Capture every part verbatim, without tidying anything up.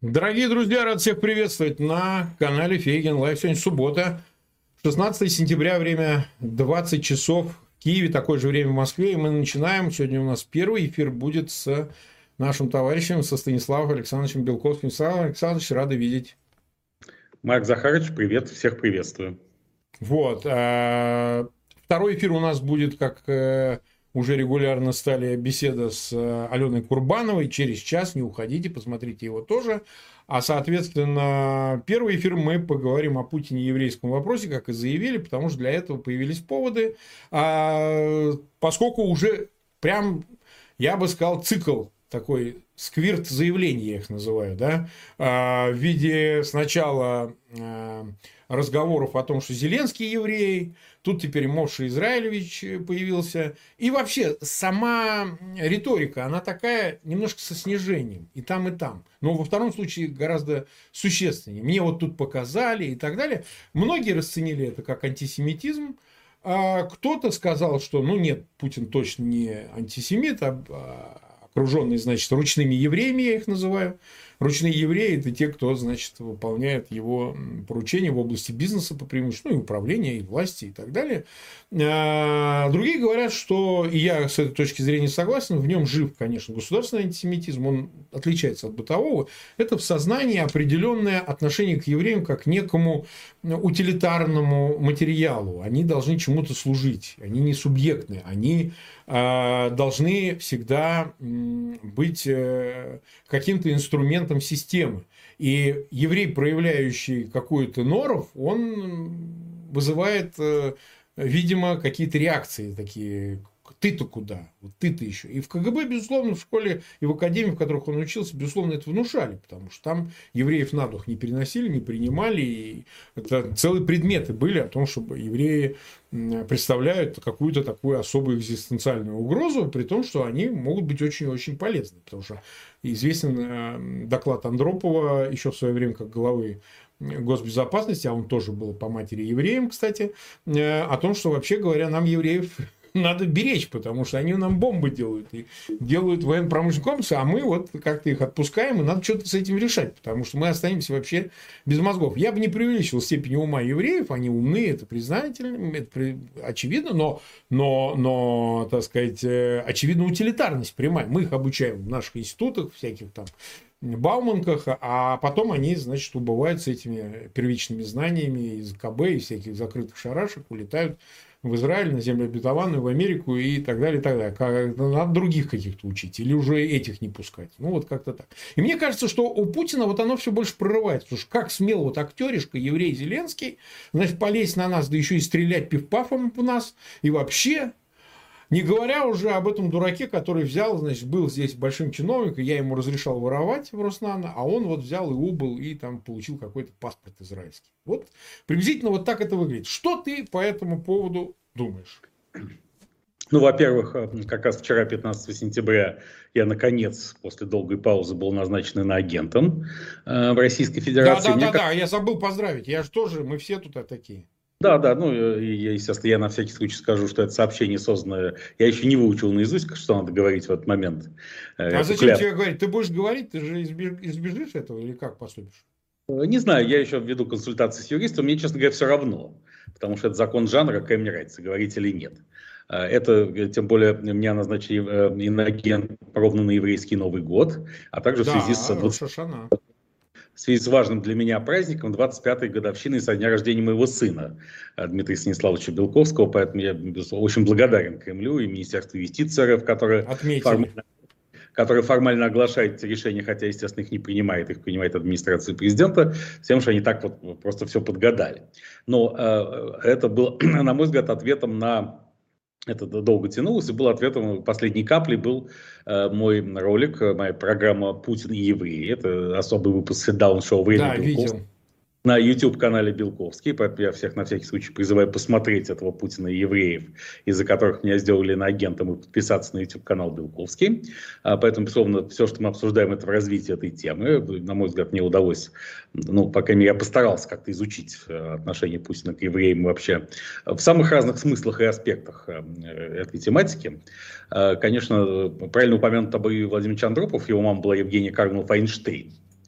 Дорогие друзья, рад всех приветствовать на канале Фейгин Лайв. Сегодня суббота, шестнадцатое сентября, время двадцать часов в Киеве, такое же время в Москве. И мы начинаем. Сегодня у нас первый эфир будет с нашим товарищем, со Станиславом Александровичем Белковским. Станислав Александрович, рады видеть. Марк Захарович, привет, всех приветствую. Вот. Второй эфир у нас будет, как уже регулярно стали, беседа с Аленой Курбановой. Через час, не уходите, посмотрите его тоже. А, соответственно, первый эфир мы поговорим о Путине и еврейском вопросе, как и заявили, потому что для этого появились поводы. А, поскольку уже прям, я бы сказал, цикл такой, сквирт заявлений, я их называю, да, а, в виде сначала а, разговоров о том, что Зеленский еврей, тут теперь Моше Израилевич появился. И вообще, сама риторика, она такая немножко со снижением. И там, и там. Но во втором случае гораздо существеннее. Мне вот тут показали и так далее. Многие расценили это как антисемитизм. А кто-то сказал, что, ну нет, Путин точно не антисемит, а окруженный, значит, ручными евреями, я их называю. Ручные евреи – это те, кто, значит, выполняет его поручения в области бизнеса по преимуществу, ну, и управления, и власти, и так далее. А другие говорят, что, и я с этой точки зрения согласен, в нем жив, конечно, государственный антисемитизм, он отличается от бытового. Это в сознании определенное отношение к евреям как к некому утилитарному материалу. Они должны чему-то служить, они не субъектны, они должны всегда быть каким-то инструментом системы. И еврей, проявляющий какую-то норов, он вызывает, видимо, какие-то реакции такие. Ты-то куда? Вот ты-то еще. И в КГБ, безусловно, в школе и в академии, в которых он учился, безусловно, это внушали, потому что там евреев на дух не переносили, не принимали. И это целые предметы были о том, чтобы евреи представляют какую-то такую особую экзистенциальную угрозу, при том, что они могут быть очень-очень полезны. Потому что известен доклад Андропова еще в свое время как главы госбезопасности, а он тоже был по матери евреем, кстати, о том, что, вообще говоря, нам, евреев, надо беречь, потому что они нам бомбы делают и делают военно-промышленный комплекс, а мы вот как-то их отпускаем, и надо что-то с этим решать, потому что мы останемся вообще без мозгов. Я бы не преувеличивал степень ума евреев, они умные, это признательно, это очевидно, но, но, но, так сказать, очевидно, утилитарность прямая. Мы их обучаем в наших институтах, всяких там Бауманках, а потом они, значит, убывают с этими первичными знаниями из КБ и всяких закрытых шарашек, улетают в Израиль, на землю обетованную, в Америку и так далее, и так далее. Надо других каких-то учить или уже этих не пускать. Ну, вот как-то так. И мне кажется, что у Путина вот оно все больше прорывается. Потому что как смел вот актеришка, еврей Зеленский, значит, полезть на нас, да еще и стрелять пивпафом в нас, и вообще... Не говоря уже об этом дураке, который взял, значит, был здесь большим чиновником, я ему разрешал воровать в Роснано, а он вот взял и убыл, и там получил какой-то паспорт израильский. Вот приблизительно вот так это выглядит. Что ты по этому поводу думаешь? Ну, во-первых, как раз вчера, пятнадцатого сентября, я, наконец, после долгой паузы был назначен иноагентом э, в Российской Федерации. Да, да, да, да, я забыл поздравить. Я же тоже, мы все тут такие. Да, да, ну, я, естественно, я на всякий случай скажу, что это сообщение созданное, я еще не выучил наизусть, что надо говорить в этот момент. А зачем кляп... тебе говорить? Ты будешь говорить, ты же избеж... избежишь этого или как поступишь? Не знаю, я еще веду консультации с юристом, мне, честно говоря, все равно, потому что это закон жанра, какая мне разница, говорить или нет. Это, тем более, меня назначили иноагент ровно на еврейский Новый год, а также да, в связи с... двадцатым... В связи с важным для меня праздником, двадцать пятой годовщиной со дня рождения моего сына Дмитрия Станиславовича Белковского, поэтому я очень благодарен Кремлю и Министерству юстиции РФ, которое формально, которое формально оглашает эти решения, хотя, естественно, их не принимает, их принимает администрация президента, с тем, что они так вот просто все подгадали. Но э, это было, на мой взгляд, ответом на... Это долго тянулось, и был ответом, последней каплей был э, мой ролик, моя программа «Путин и евреи». Это особый выпуск sit-down-шоу «Время да, Белковского» на YouTube-канале Белковский. Поэтому я всех на всякий случай призываю посмотреть этого Путина и евреев, из-за которых меня сделали иноагентом, и подписаться на YouTube-канал Белковский. А, поэтому, безусловно, все, что мы обсуждаем, это в развитии этой темы. На мой взгляд, мне удалось, ну, по крайней мере, я постарался как-то изучить отношение Путина к евреям вообще в самых разных смыслах и аспектах этой тематики. Конечно, правильно упомянут тобой Владимир Андропов, его мама была Евгения Карловна Файнштейн.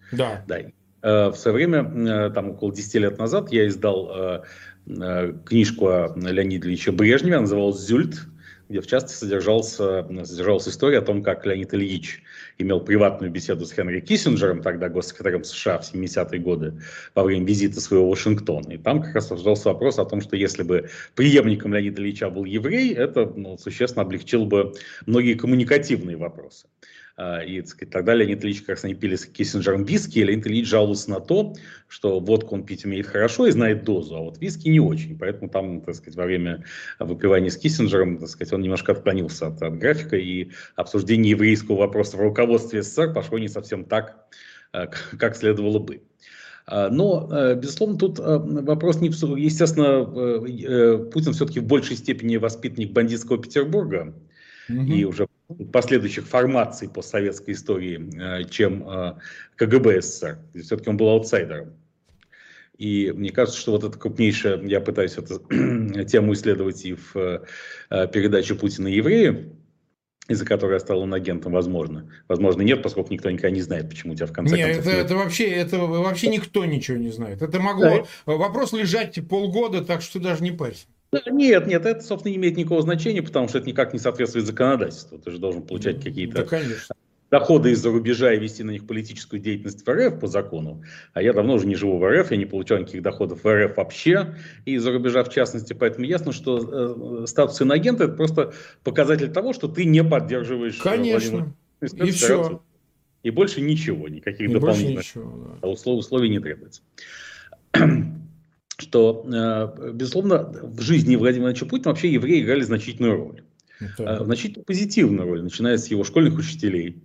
Да. Да. В свое время, там около десяти лет назад, я издал книжку о Леониде Ильиче Брежневе, она называлась «Зюльт», где в частности содержалась, содержалась история о том, как Леонид Ильич имел приватную беседу с Генри Киссинджером, тогда госсекретарем США в семидесятые годы, во время визита своего в Вашингтон. И там как раз обсуждался вопрос о том, что если бы преемником Леонида Ильича был еврей, это ну, существенно облегчило бы многие коммуникативные вопросы. И так сказать, тогда Леонид Ильич, как раз они пили с Киссинджером виски, и Леонид Ильич жаловался на то, что водку он пить умеет хорошо и знает дозу, а вот виски не очень. Поэтому там, так сказать, во время выпивания с Киссинджером, так сказать, он немножко отклонился от, от графика, и обсуждение еврейского вопроса в руководстве СССР пошло не совсем так, как следовало бы. Но, безусловно, тут вопрос, не, естественно, Путин все-таки в большей степени воспитанник бандитского Петербурга, mm-hmm. и уже последующих формаций постсоветской истории, чем КГБ СССР. Все-таки он был аутсайдером. И мне кажется, что вот это крупнейшее, я пытаюсь эту тему исследовать и в передаче «Путин и евреи», из-за которой я стал инагентом, возможно. Возможно, нет, поскольку никто никогда не знает, почему у тебя в конце нет, концов... Это, нет. это, вообще, это вообще никто ничего не знает. Это могло... Да. Вопрос лежать полгода, так что ты даже не парься. Нет, нет, это, собственно, не имеет никакого значения, потому что это никак не соответствует законодательству. Ты же должен получать какие-то да, доходы из-за рубежа и вести на них политическую деятельность в РФ по закону. А я давно уже не живу в РФ, я не получаю никаких доходов в РФ вообще, и из-за рубежа в частности. Поэтому ясно, что э, статус иноагента – это просто показатель того, что ты не поддерживаешь Владимира Владимировича. И все. И больше ничего, никаких и дополнительных ничего, да. услов, условий не требуется. Что, безусловно, в жизни Владимира Владимировича Путина вообще евреи играли значительную роль. Это... Значительно позитивную роль, начиная с его школьных учителей.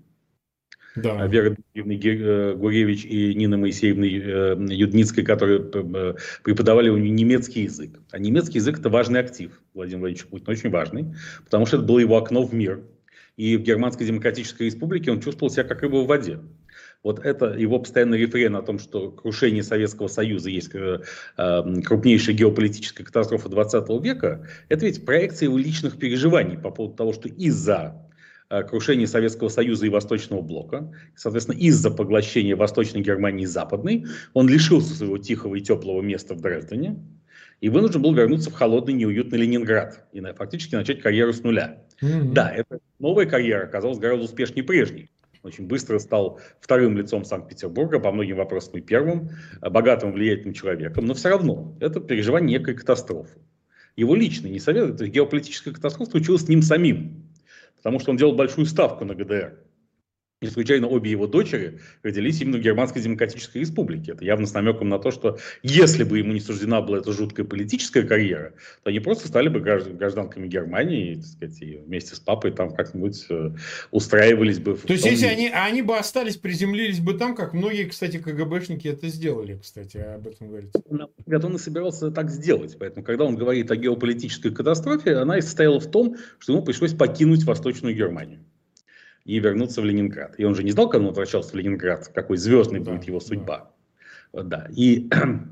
Да. Вера Дмитриевна Гуревич и Нина Моисеевна Юдницкая, которые преподавали у нее немецкий язык. А немецкий язык – это важный актив Владимира Владимировича Путина, очень важный, потому что это было его окно в мир. И в Германской Демократической Республике он чувствовал себя как рыба в воде. Вот это его постоянный рефрен о том, что крушение Советского Союза есть э, э, крупнейшая геополитическая катастрофа двадцатого века, это ведь проекция его личных переживаний по поводу того, что из-за э, крушения Советского Союза и Восточного блока, соответственно, из-за поглощения Восточной Германии и Западной, он лишился своего тихого и теплого места в Дрездене и вынужден был вернуться в холодный, неуютный Ленинград и фактически начать карьеру с нуля. Mm-hmm. Да, эта новая карьера оказалась гораздо успешнее прежней. Очень быстро стал вторым лицом Санкт-Петербурга, по многим вопросам и первым, богатым, влиятельным человеком, но все равно это переживание некой катастрофы. Его личный, не совет, это геополитическая катастрофа случилась с ним самим, потому что он делал большую ставку на ГДР. Не случайно обе его дочери родились именно в Германской Демократической Республике. Это явно с намеком на то, что если бы ему не суждена была эта жуткая политическая карьера, то они просто стали бы гражданками Германии, и, так сказать, и вместе с папой там как-нибудь устраивались бы. То есть, если они, они бы остались, приземлились бы там, как многие, кстати, КГБшники это сделали, кстати, об этом говорится. Он и собирался так сделать. Поэтому, когда он говорит о геополитической катастрофе, она и состояла в том, что ему пришлось покинуть Восточную Германию и вернуться в Ленинград. И он же не знал, когда он возвращался в Ленинград, какой звездной да, будет его судьба. Да. Да. И,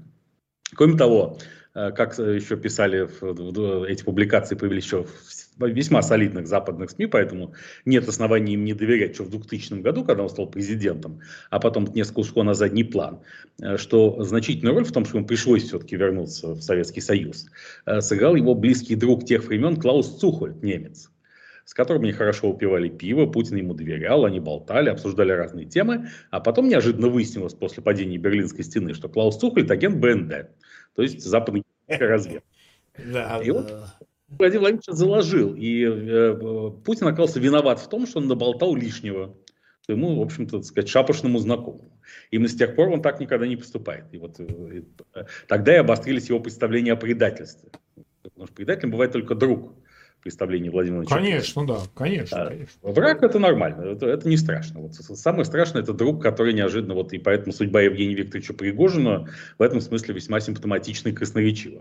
кроме того, как еще писали, в, в, эти публикации появились еще в весьма солидных западных СМИ, поэтому нет оснований им не доверять, что в двухтысячном году, когда он стал президентом, а потом несколько ушло на задний план, что значительную роль в том, что ему пришлось все-таки вернуться в Советский Союз, сыграл его близкий друг тех времен Клаус Цухольд, немец, с которым они хорошо упивали пиво, Путин ему доверял, они болтали, обсуждали разные темы, а потом неожиданно выяснилось после падения Берлинской стены, что Клаус Цухольд агент БНД, то есть западной разведки. И вот Владимир Владимирович заложил, и э, Путин оказался виноват в том, что он наболтал лишнего ему, в общем-то, так сказать, шапошному знакомому. Именно с тех пор он так никогда не поступает. И вот э, тогда и обострились его представления о предательстве. Потому что предателем бывает только друг. Представление Владимира Владимировича. Конечно, да, конечно, а, конечно. Враг это нормально, это, это не страшно. Вот самое страшное это друг, который неожиданно, вот и поэтому судьба Евгения Викторовича Пригожина в этом смысле весьма симптоматична и красноречива.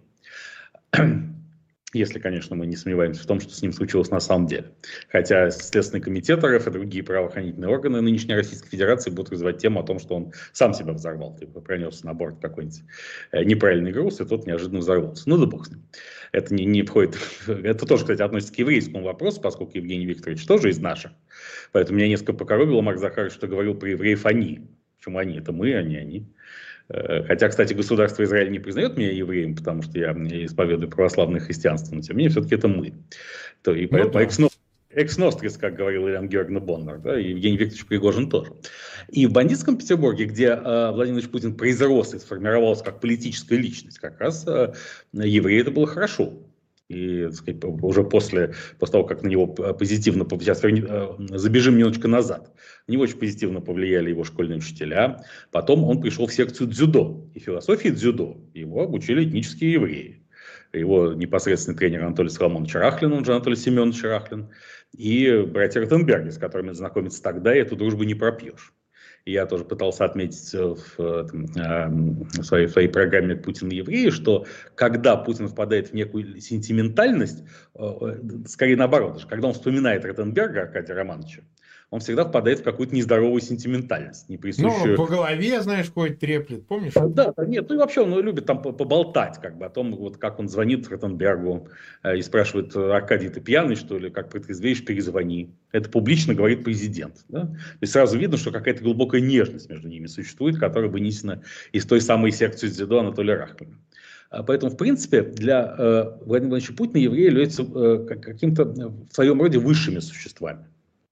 Если, конечно, мы не сомневаемся в том, что с ним случилось на самом деле. Хотя Следственный комитет РФ и другие правоохранительные органы нынешней Российской Федерации будут развивать тему о том, что он сам себя взорвал. Типа пронес на борт какой-нибудь неправильный груз, и тот неожиданно взорвался. Ну да бог с ним. Это не, не входит... Это тоже, кстати, относится к еврейскому вопросу, поскольку Евгений Викторович тоже из наших. Поэтому меня несколько покоробило Марк Захарович, что говорил про евреев «они». Почему они? Это мы, а не они. Хотя, кстати, государство Израиль не признает меня евреем, потому что я исповедую православное христианство, но тем не менее, все-таки это мы. То, и поэтому ну, да. Экс-нострис, как говорил Ильян Георгиевна Боннер, да, и Евгений Викторович Пригожин тоже. И в бандитском Петербурге, где э, Владимир Ильич Путин произрос и сформировался как политическая личность, как раз э, евреи это было хорошо. И, так сказать, уже после, после того, как на него позитивно, сейчас забежим немножечко назад, на него очень позитивно повлияли его школьные учителя. Потом он пришел в секцию дзюдо. И философии дзюдо его обучили этнические евреи. Его непосредственный тренер Анатолий Соломонович Рахлин, он же Анатолий Семенович Рахлин, и братья Ротенберги, с которыми знакомиться тогда, и эту дружбу не пропьешь. Я тоже пытался отметить в, в, своей, в своей программе «Путин и евреи», что когда Путин впадает в некую сентиментальность, скорее наоборот, когда он вспоминает Ротенберга Аркадия Романовича, он всегда впадает в какую-то нездоровую сентиментальность, не присущую... Ну, по голове, знаешь, ходит, треплет, помнишь? Да, да, нет, ну и вообще он любит там поболтать, как бы, о том, вот, как он звонит Ротенбергу э, и спрашивает: Аркадий, ты пьяный, что ли, как протрезвеешь, перезвони. Это публично говорит президент. Да? То есть сразу видно, что какая-то глубокая нежность между ними существует, которая вынесена из той самой секции дзюдо Анатолия Рахлина. Поэтому, в принципе, для э, Владимира Владимировича Путина евреи являются э, каким-то в своем роде высшими существами.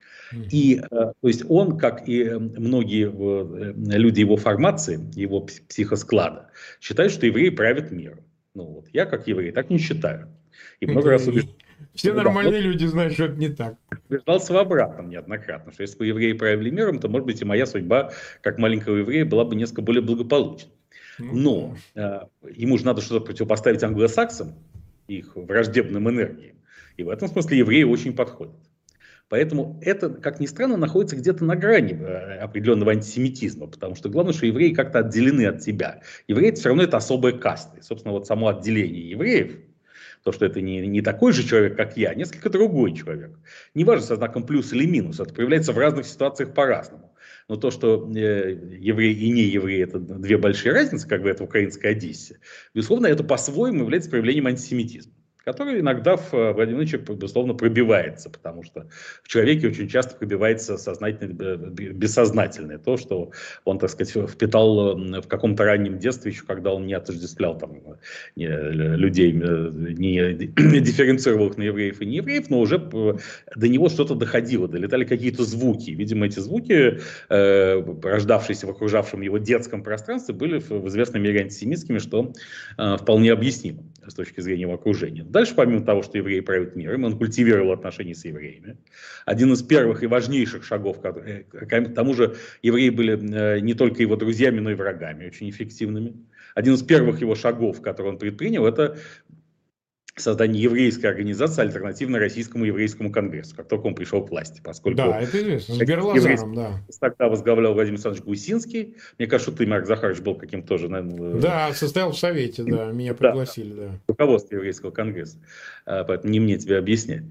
И, то есть, он, как и многие люди его формации, его психосклада, считает, что евреи правят миром. Ну вот, я, как еврей, так не считаю. И много раз убеждал. Все нормальные да, люди знают, что это не так. Убеждался в обратном неоднократно, что если бы евреи правили миром, то, может быть, и моя судьба, как маленького еврея, была бы несколько более благополучной. Но э, ему же надо что-то противопоставить англосаксам, их враждебным энергиям. И в этом смысле евреи очень подходят. Поэтому это, как ни странно, находится где-то на грани определенного антисемитизма, потому что главное, что евреи как-то отделены от себя. Евреи все равно это особая каста. И, собственно, вот само отделение евреев, то, что это не, не такой же человек, как я, а несколько другой человек. Неважно, со знаком плюс или минус, это проявляется в разных ситуациях по-разному. Но то, что э, евреи и не евреи — это две большие разницы, как говорят в украинской Одессе, безусловно, это по-своему является проявлением антисемитизма, который иногда в Владимире Ильиче, безусловно, пробивается, потому что в человеке очень часто пробивается сознательное, бессознательное, то, что он, так сказать, впитал в каком-то раннем детстве, еще когда он не отождествлял там, не, людей, не дифференцировал их на евреев и неевреев, но уже до него что-то доходило, долетали какие-то звуки. Видимо, эти звуки, рождавшиеся в окружавшем его детском пространстве, были в известной мере антисемитскими, что вполне объяснимо с точки зрения его окружения. Дальше, помимо того, что евреи правят миром, он культивировал отношения с евреями. Один из первых и важнейших шагов, к тому же евреи были не только его друзьями, но и врагами, очень эффективными. Один из первых его шагов, который он предпринял, это создание еврейской организации, альтернативной российскому еврейскому конгрессу, как только он пришел к власти. Поскольку да, это известно, с Берлазаном, да. Тогда возглавлял Владимир Александрович Гусинский. Мне кажется, что ты, Марк Захарович, был каким-то тоже, наверное... Да, состоял в Совете, да, меня пригласили, да. да. Руководство еврейского конгресса. Поэтому не мне тебе объяснять.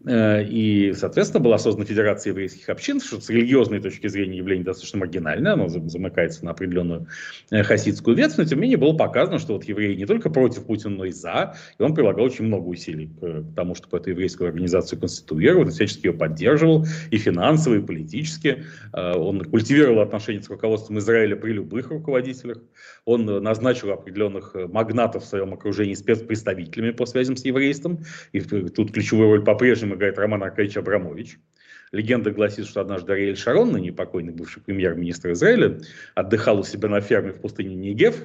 И, соответственно, была создана Федерация еврейских общин, что с религиозной точки зрения явление достаточно маргинальное, оно замыкается на определенную хасидскую ветвь, но тем не менее было показано, что вот евреи не только против Путина, но и за, и он прилагал очень много усилий к тому, чтобы эту еврейскую организацию конституировать, он всячески ее поддерживал и финансово, и политически, он культивировал отношения с руководством Израиля при любых руководителях, он назначил определенных магнатов в своем окружении спецпредставителями по связям с еврейством, и тут ключевую роль по-прежнему играет Роман Аркадьевич Абрамович. Легенда гласит, что однажды Ариэль Шарон, ныне покойный бывший премьер-министр Израиля, отдыхал у себя на ферме в пустыне Негев,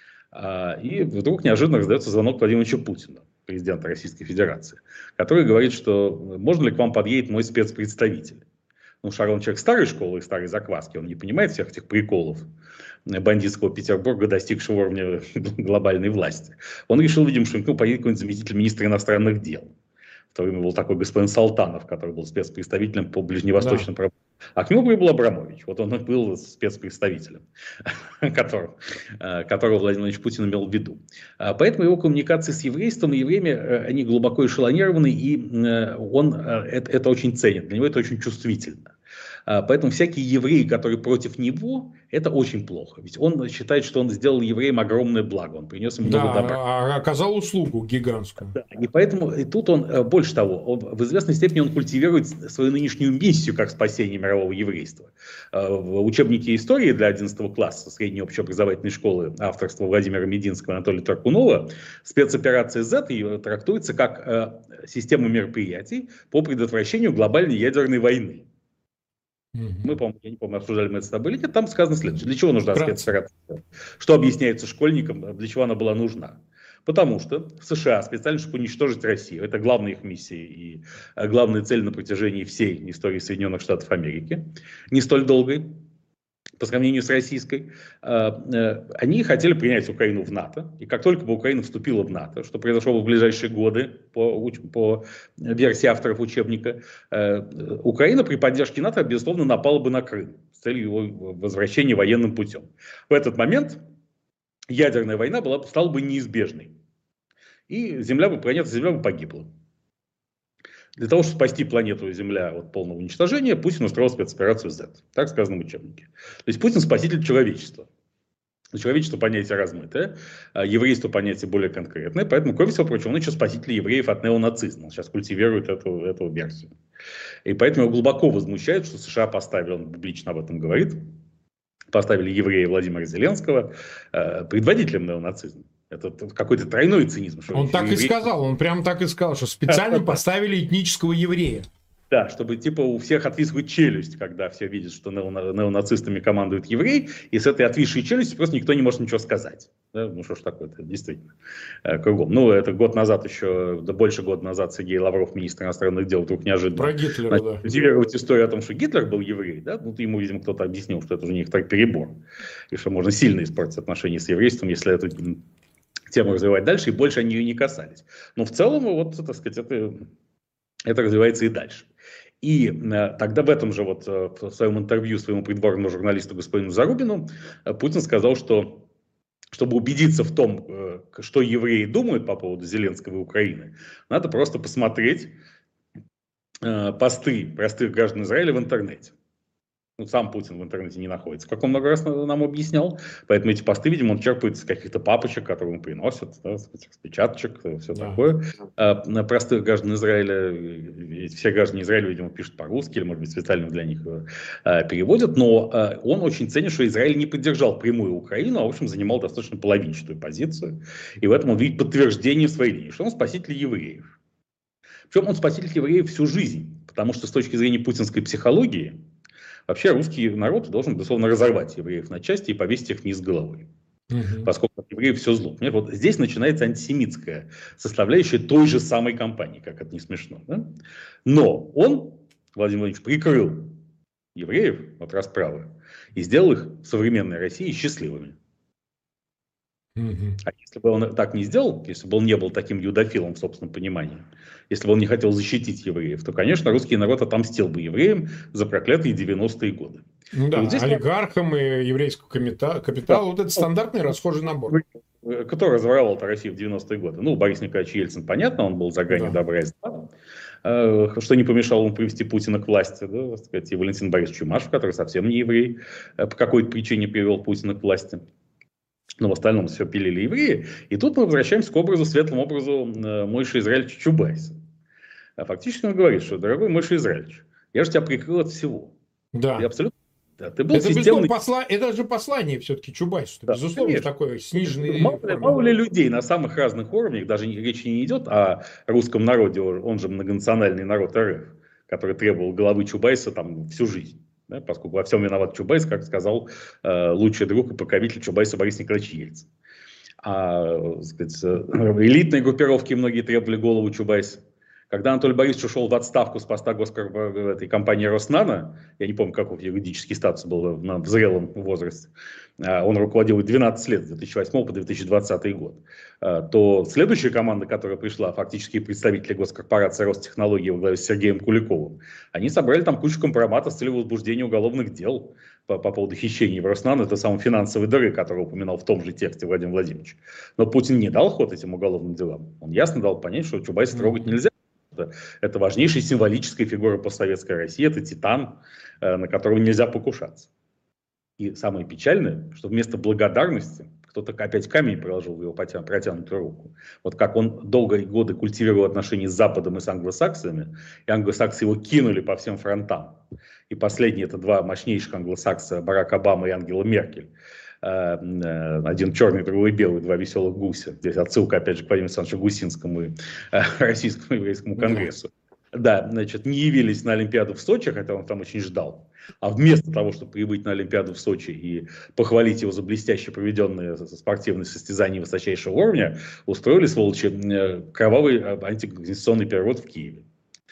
и вдруг неожиданно раздается звонок Владимира Ильича Путина, президента Российской Федерации, который говорит, что можно ли к вам подъедет мой спецпредставитель. Ну, Шарон человек старой школы и старой закваски, он не понимает всех этих приколов бандитского Петербурга, достигшего уровня глобальной власти. Он решил, видимо, что к нему поедет какой-нибудь заместитель министра иностранных дел. В то время был такой господин Салтанов, который был спецпредставителем по ближневосточным проблемам. Да. А к нему прибыл Абрамович. Вот он был спецпредставителем, которого, которого Владимир Владимирович Путин имел в виду. Поэтому его коммуникации с еврейством и евреями, они глубоко эшелонированы, и он это, это очень ценит. Для него это очень чувствительно. Поэтому всякие евреи, которые против него, это очень плохо. Ведь он считает, что он сделал евреям огромное благо, он принес им много добра. Да, оказал услугу гигантскую. Да, и поэтому и тут он, больше того, он, в известной степени он культивирует свою нынешнюю миссию как спасение мирового еврейства. В учебнике истории для одиннадцатого класса средней общеобразовательной школы авторства Владимира Мединского и Анатолия Таркунова спецоперация Z трактуется как система мероприятий по предотвращению глобальной ядерной войны. Мы, по-моему, я не помню, обсуждали мы это с тобой или нет, там сказано следующее. Для чего нужна спецоперация? Что объясняется школьникам, для чего она была нужна? Потому что США специально, чтобы уничтожить Россию, это главная их миссия и главная цель на протяжении всей истории Соединенных Штатов Америки, не столь долгой, по сравнению с российской, они хотели принять Украину в НАТО. И как только бы Украина вступила в НАТО, что произошло в ближайшие годы по, по версии авторов учебника, Украина при поддержке НАТО, безусловно, напала бы на Крым с целью его возвращения военным путем. В этот момент ядерная война была, стала бы неизбежной. И Земля бы, планета Земля бы погибла. Для того, чтобы спасти планету Земля от полного уничтожения, Путин устроил спецоперацию Z. Так сказано в учебнике. То есть Путин спаситель человечества. Человечество понятие размытое, еврейство понятие более конкретное, поэтому, кроме всего прочего, он еще спаситель евреев от неонацизма. Он сейчас культивирует эту, эту версию. И поэтому его глубоко возмущает, что США поставили, он публично об этом говорит, поставили еврея Владимира Зеленского э, предводителем неонацизма. Это какой-то тройной цинизм. Что он так евреи... и сказал, он прямо так и сказал, что специально поставили этнического еврея. Да, чтобы типа у всех отвисла челюсть, когда все видят, что неонацистами командует еврей, и с этой отвисшей челюстью просто никто не может ничего сказать. Да? Ну что ж такое-то, действительно, кругом. Ну, это год назад еще, да больше года назад Сергей Лавров, министр иностранных дел, вдруг неожиданно про Гитлера, да. Культивировать историю о том, что Гитлер был еврей, да? Ну, ему, видимо, кто-то объяснил, что это уже некоторый перебор, и что можно сильно испортить отношения с еврейством, если эту тему развивать дальше, и больше они ее не касались. Но в целом, вот, так сказать, это, это развивается и дальше. И э, тогда в этом же вот э, в своем интервью своему придворному журналисту господину Зарубину э, Путин сказал, что чтобы убедиться в том, э, что евреи думают по поводу Зеленского и Украины, надо просто посмотреть э, посты простых граждан Израиля в интернете. Ну, сам Путин в интернете не находится, как он много раз нам объяснял. Поэтому эти посты, видимо, он черпает из каких-то папочек, которые ему приносят, да, с печаточек, все да. такое. А, простых граждан Израиля, все граждане Израиля, видимо, пишут по-русски, или, может быть, специально для них а, переводят. Но а, он очень ценит, что Израиль не поддержал прямую Украину, а, в общем, занимал достаточно половинчатую позицию. И в этом он видит подтверждение своей линии, что он спаситель евреев. Причем он спаситель евреев всю жизнь, потому что с точки зрения путинской психологии, вообще русский народ должен, безусловно, разорвать евреев на части и повесить их вниз головой. Угу. Поскольку от евреев все зло. Нет, вот здесь начинается антисемитская составляющая той же самой кампании, как это не смешно. Да? Но он, Владимир Владимирович, прикрыл евреев от расправы и сделал их в современной России счастливыми. А если бы он так не сделал, если бы он не был таким юдофилом в собственном понимании, если бы он не хотел защитить евреев, то, конечно, русский народ отомстил бы евреям за проклятые девяностые годы. Ну да, и вот здесь олигархам и еврейскому капиталу, капитал, да. Вот это стандартный расхожий набор. Кто разворовал-то Россию в девяностые годы? Ну, Борис Николаевич Ельцин, понятно, он был за гранью да. добра и зла. Что не помешало ему привести Путина к власти, да, так сказать, и Валентин Борисович Чумашев, который совсем не еврей, по какой-то причине привел Путина к власти. Но в остальном все пилили евреи. И тут мы возвращаемся к образу, светлому образу Мойши Израилевича Чубайса. А фактически он говорит, что, дорогой Мойши Израилевич, я же тебя прикрыл от всего. Да. Ты абсолютно... Да, ты был это, системный... посла... это же послание все-таки Чубайсу. Да, безусловно, конечно. Такое сниженное... Мало, мало ли людей на самых разных уровнях, даже речи не идет о русском народе, он же многонациональный народ РФ, который требовал головы Чубайса там всю жизнь. Да, поскольку во всем виноват Чубайс, как сказал э, лучший друг и покровитель Чубайса Борис Николаевич Ельцин. А, сказать, элитные группировки многие требовали голову Чубайса. Когда Анатолий Борисович ушел в отставку с поста госкорпорации этой компании Роснано, я не помню, какой юридический статус был в зрелом возрасте, он руководил двенадцать лет, с две тысячи восьмого по две тысячи двадцатый год, то следующая команда, которая пришла, фактически представители госкорпорации Ростехнологии во главе с Сергеем Куликовым, они собрали там кучу компроматов с целью возбуждения уголовных дел по, по поводу хищения в Роснано, это самой финансовой дыры, которую упоминал в том же тексте Владимир Владимирович. Но Путин не дал ход этим уголовным делам. Он ясно дал понять, что Чубайса трогать нельзя. что это важнейшая символическая фигура постсоветской России, это титан, на которого нельзя покушаться. И самое печальное, что вместо благодарности кто-то опять камень приложил в его протянутую руку. Вот как он долгие годы культивировал отношения с Западом и с англосаксами, и англосаксы его кинули по всем фронтам. И последние это два мощнейших англосакса, Барак Обама и Ангела Меркель. Один черный, другой белый, два веселых гуся. Здесь отсылка, опять же, к Владимиру Александровичу Гусинскому и Российскому еврейскому конгрессу. Да, значит, не явились на Олимпиаду в Сочи, хотя он там очень ждал. А вместо того, чтобы прибыть на Олимпиаду в Сочи и похвалить его за блестяще проведенные спортивные состязания высочайшего уровня, устроили, сволочи, кровавый антиконституционный переворот в Киеве.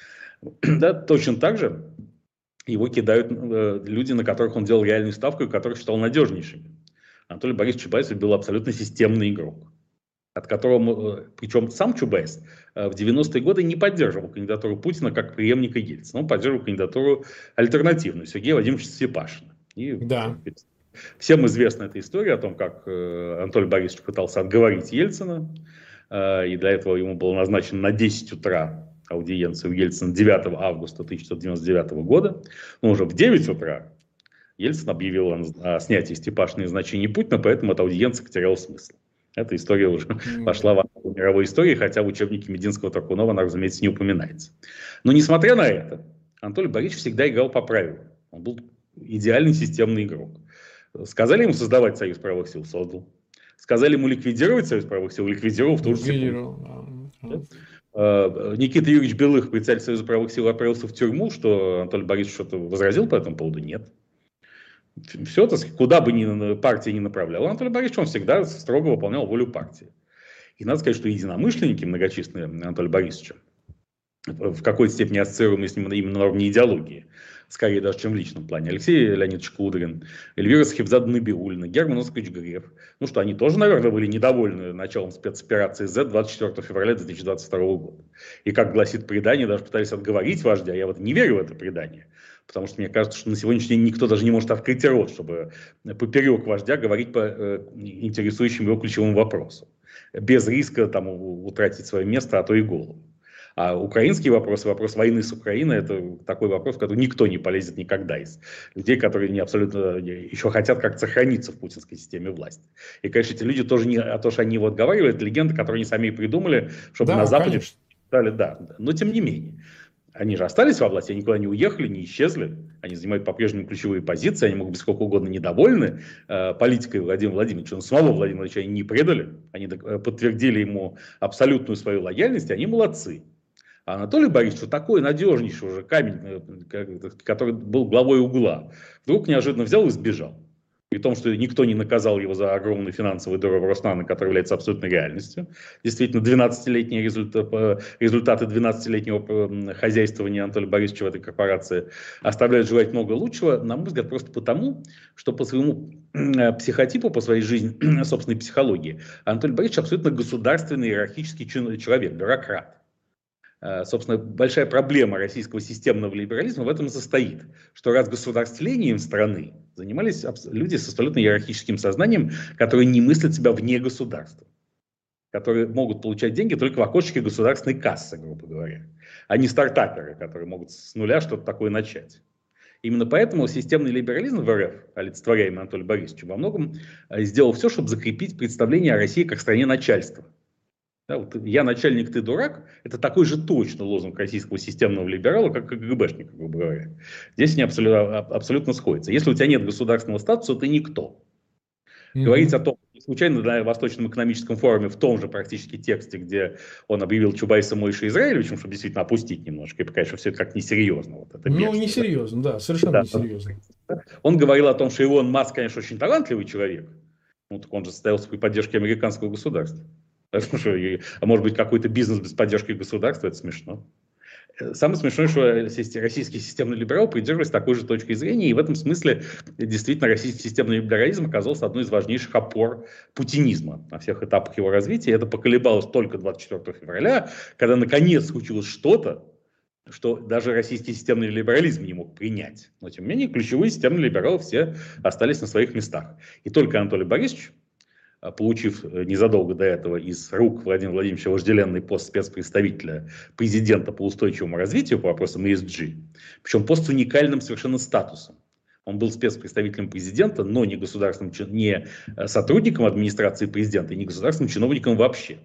Да, точно так же его кидают люди, на которых он делал реальную ставку и которых считал надежнейшими. Анатолий Борисович Чубайс был абсолютно системный игрок, от которого, причем сам Чубайс в девяностые годы не поддерживал кандидатуру Путина как преемника Ельцина. Он поддерживал кандидатуру альтернативную Сергея Владимировича Степашина. И да. Всем известна эта история о том, как Анатолий Борисович пытался отговорить Ельцина, и для этого ему было назначено на десять утра аудиенция у Ельцина девятого августа тысяча девятьсот девяносто девятого года. Но уже в девять утра Ельцин объявил о снятии Степашина из значения Путина, поэтому эта аудиенция потеряла смысл. Эта история уже mm. пошла в мировой истории, хотя в учебнике Мединского-Таркунова она, разумеется, не упоминается. Но несмотря на это, Анатолий Борисович всегда играл по правилам. Он был идеальный системный игрок. Сказали ему создавать Союз правых сил — создал. Сказали ему ликвидировать Союз правых сил — ликвидировал в ту же секунду. Да? Никита Юрьевич Белых, председатель Союза правых сил, отправился в тюрьму, что Анатолий Борисович что-то возразил по этому поводу? Нет. Все, так сказать, куда бы ни партия ни направляла, Анатолий Борисович, он всегда строго выполнял волю партии. И надо сказать, что единомышленники многочисленные Анатолия Борисовича, в какой-то степени ассоциируемые с ним именно на уровне идеологии, скорее даже, чем в личном плане, Алексей Леонидович Кудрин, Эльвира Сахибзадовна Набиуллина, Герман Оскарович Греф, ну что, они тоже, наверное, были недовольны началом спецоперации Z двадцать четвёртого февраля две тысячи двадцать второго года. И, как гласит предание, даже пытались отговорить вождя. Я вот не верю в это предание. Потому что мне кажется, что на сегодняшний день никто даже не может открыть рот, чтобы поперек вождя говорить по э, интересующим его ключевым вопросам. Без риска там, утратить свое место, а то и голову. А украинский вопрос, вопрос войны с Украиной, это такой вопрос, в который никто не полезет никогда из людей, которые не абсолютно еще хотят как-то сохраниться в путинской системе власти. И, конечно, эти люди тоже не, а то, что они его отговаривают, это легенды, которые они сами и придумали, чтобы да, на Западе... Дали, да, но тем не менее. Они же остались во власти, они никуда не уехали, не исчезли. Они занимают по-прежнему ключевые позиции, они могут быть сколько угодно недовольны э, политикой Владимира Владимировича, но самого Владимира Владимировича они не предали. Они подтвердили ему абсолютную свою лояльность, и они молодцы. А Анатолий Борисович, такой надежнейший уже камень, который был главой угла, вдруг неожиданно взял и сбежал. При том, что никто не наказал его за огромный финансовый дорог Роснана, который является абсолютной реальностью. Действительно, двенадцатилетние результаты, результаты двенадцатилетнего хозяйствования Анатолия Борисовича в этой корпорации оставляют желать много лучшего, на мой взгляд, просто потому, что по своему психотипу, по своей жизни, собственной психологии, Анатолий Борисович абсолютно государственный иерархический человек, бюрократ. Собственно, большая проблема российского системного либерализма в этом и состоит, что раз государствлением страны занимались люди с абсолютно иерархическим сознанием, которые не мыслят себя вне государства, которые могут получать деньги только в окошечке государственной кассы, грубо говоря, а не стартаперы, которые могут с нуля что-то такое начать. Именно поэтому системный либерализм в РФ, олицетворяемый Анатолием Борисовичем, во многом сделал все, чтобы закрепить представление о России как стране начальства. Да, вот «я начальник, ты дурак» — это такой же точно лозунг российского системного либерала, как КГБшника, грубо говоря. Здесь они абсолютно, абсолютно сходятся. Если у тебя нет государственного статуса, ты никто. Mm-hmm. Говорить о том, не случайно на Восточном экономическом форуме в том же практически тексте, где он объявил Чубайса Мойшей Израилевичем, чтобы действительно опустить немножко и показать, что все это как несерьезно. Вот это ну, несерьезно, да, совершенно да, несерьезно. Он говорил о том, что Илон Маск, конечно, очень талантливый человек, ну так он же состоялся при поддержке американского государства. А может быть, какой-то бизнес без поддержки государства, это смешно. Самое смешное, что российский системный либерал придерживается такой же точки зрения, и в этом смысле действительно российский системный либерализм оказался одной из важнейших опор путинизма на всех этапах его развития. И это поколебалось только двадцать четвёртого февраля, когда наконец случилось что-то, что даже российский системный либерализм не мог принять. Но тем не менее, ключевые системные либералы все остались на своих местах. И только Анатолий Борисович получив незадолго до этого из рук Владимира Владимировича вожделенный пост спецпредставителя президента по устойчивому развитию по вопросам и эс джи, причем пост с уникальным совершенно статусом. Он был спецпредставителем президента, но не государственным, не сотрудником администрации президента, и не государственным чиновником вообще.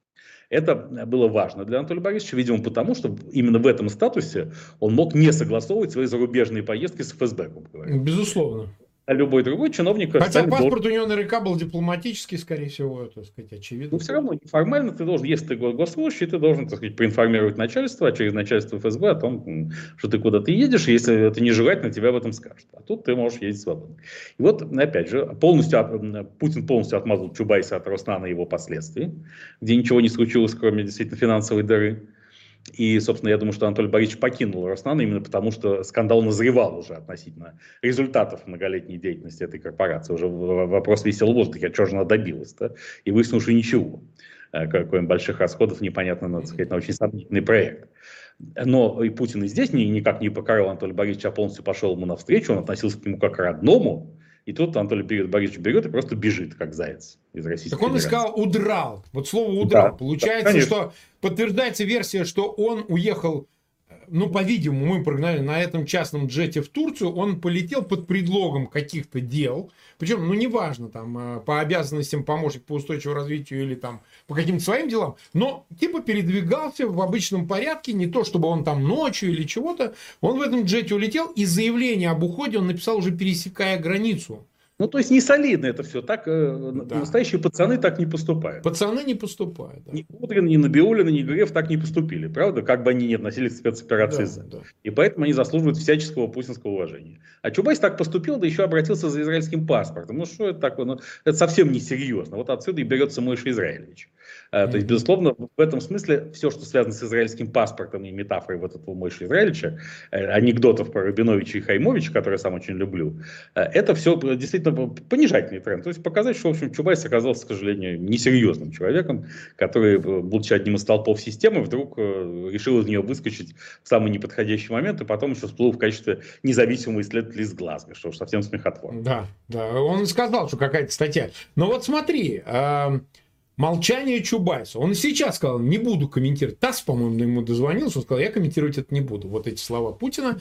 Это было важно для Анатолия Борисовича, видимо, потому что именно в этом статусе он мог не согласовывать свои зарубежные поездки с эф эс бэ. Безусловно. А любой другой чиновник... Хотя паспорт должен... у него наверняка был дипломатический, скорее всего, так сказать, очевидно. Но все равно неформально ты должен, если ты госслужащий, ты должен, так сказать, проинформировать начальство, а через начальство эф эс бэ о том, что ты куда-то едешь, и если это нежелательно, тебя об этом скажут. А тут ты можешь ездить свободно. И вот, опять же, полностью, Путин полностью отмазал Чубайса от Роснана и его последствий, где ничего не случилось, кроме действительно финансовой дыры. И, собственно, я думаю, что Анатолий Борисович покинул Роснано именно потому, что скандал назревал уже относительно результатов многолетней деятельности этой корпорации. Уже вопрос висел в воздухе, а что же она добилась-то? И выяснилось, что ничего. Кроме больших расходов, непонятно, надо сказать, на очень сомнительный проект. Но и Путин и здесь никак не покорил Анатолия Борисовича, а полностью пошел ему навстречу, он относился к нему как к родному. И тут Анатолий Борисович берет и просто бежит, как заяц из Российской Так он Федерации. и сказал «удрал». Вот слово «удрал». Да, получается, да, что подтверждается версия, что он уехал, ну, по-видимому, мы прогнали на этом частном джете в Турцию, он полетел под предлогом каких-то дел. Причем, ну, неважно, там, по обязанностям помощник по устойчивому развитию или там по каким-то своим делам, но типа передвигался в обычном порядке, не то чтобы он там ночью или чего-то, он в этом джете улетел, и заявление об уходе он написал уже пересекая границу. Ну, то есть, не солидно это все. Так, да. Настоящие пацаны так не поступают. Пацаны не поступают. Да. Ни Кудрин, ни Набиуллина, ни Греф так не поступили. Правда? Как бы они ни относились к спецоперации. Да, да. И поэтому они заслуживают всяческого путинского уважения. А Чубайс так поступил, да еще обратился за израильским паспортом. Ну, что это такое? Ну, это совсем несерьезно. Вот отсюда и берется Мойша Израилевич. Mm-hmm. То есть, безусловно, в этом смысле все, что связано с израильским паспортом и метафорой вот этого Мойши Израилевича, анекдотов про Рабиновича и Хаймовича, которые я сам очень люблю, это все действительно понижательный тренд. То есть показать, что, в общем, Чубайс оказался, к сожалению, несерьезным человеком, который, будучи одним из столпов системы, вдруг решил из нее выскочить в самый неподходящий момент, и потом еще всплыл в качестве независимого исследователя из Глазго, что уж совсем смехотворно. Да, да, он сказал, что какая-то статья. Но вот смотри, э, молчание Чубайса. Он и сейчас сказал, не буду комментировать. ТАСС, по-моему, ему дозвонился, он сказал, я комментировать это не буду. Вот эти слова Путина.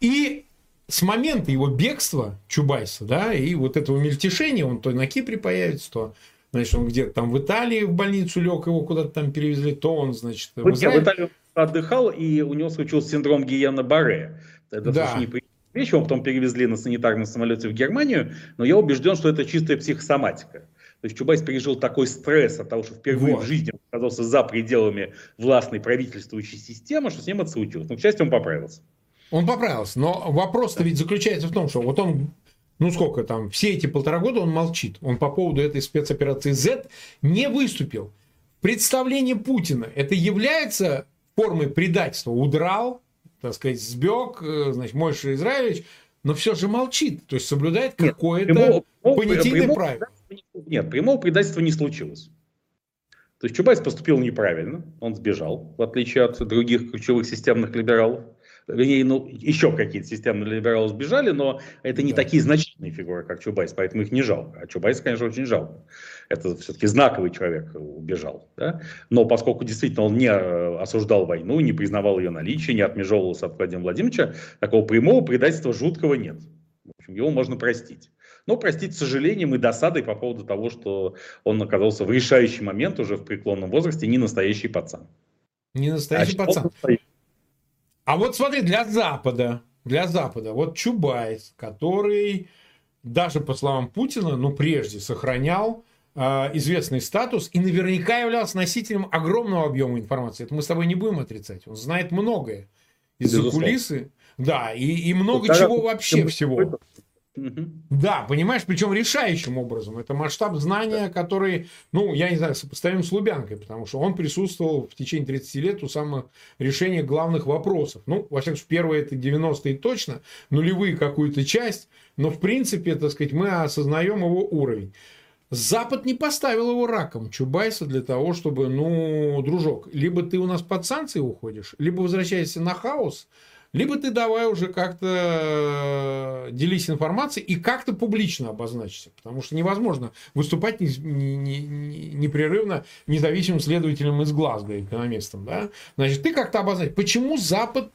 И с момента его бегства Чубайса, да, и вот этого мельтешения, он то на Кипре появится, то, значит, он где-то там в Италии в больницу лег, его куда-то там перевезли, то он, значит, в, в Италии отдыхал, и у него случился синдром Гийена-Барре. Это да. Слушай, неприятная вещь, его потом перевезли на санитарном самолете в Германию, но я убежден, что это чистая психосоматика. То есть Чубайс пережил такой стресс от того, что впервые вот. в жизни он оказался за пределами властной правительствующей системы, что с ним это случилось. Но, к счастью, он поправился. Он поправился, но вопрос-то ведь заключается в том, что вот он, ну сколько там, все эти полтора года он молчит. Он по поводу этой спецоперации Z не выступил. Представление Путина, это является формой предательства. Удрал, так сказать, сбег, значит, Мойша Израилевич, но все же молчит. То есть соблюдает какое-то понятийное правило. Нет, прямого предательства не случилось. То есть Чубайс поступил неправильно, он сбежал, в отличие от других ключевых системных либералов. Вернее, ну, еще какие-то системные либералы сбежали, но это не да. такие значительные фигуры, как Чубайс, поэтому их не жалко. А Чубайс, конечно, очень жалко. Это все-таки знаковый человек убежал. Да? Но поскольку действительно он не осуждал войну, не признавал ее наличие, не отмежевывался от Владимира Владимировича, такого прямого предательства жуткого нет. В общем, его можно простить. Но простить с сожалением и досадой по поводу того, что он оказался в решающий момент уже в преклонном возрасте не настоящий пацан. Не настоящий а пацан. А вот смотри, для Запада, для Запада, вот Чубайс, который даже по словам Путина, ну прежде сохранял э, известный статус и наверняка являлся носителем огромного объема информации. Это мы с тобой не будем отрицать. Он знает многое из-за кулисы. Да, и, и много вот, чего вообще всего. Угу. Да, понимаешь, причем решающим образом. Это масштаб знания, который, ну, я не знаю, сопоставим с Лубянкой, потому что он присутствовал в течение тридцати лет у самых решения главных вопросов. Ну, во всяком случае, первые это девяностые точно, нулевые какую-то часть, но в принципе, так сказать, мы осознаем его уровень. Запад не поставил его раком, Чубайса, для того, чтобы, ну, дружок, либо ты у нас под санкции уходишь, либо возвращаешься на хаос, либо ты давай уже как-то делись информацией и как-то публично обозначься. Потому что невозможно выступать не, не, не, непрерывно независимым следователем из Глазго, экономистом. Да? Значит, ты как-то обозначь. Почему Запад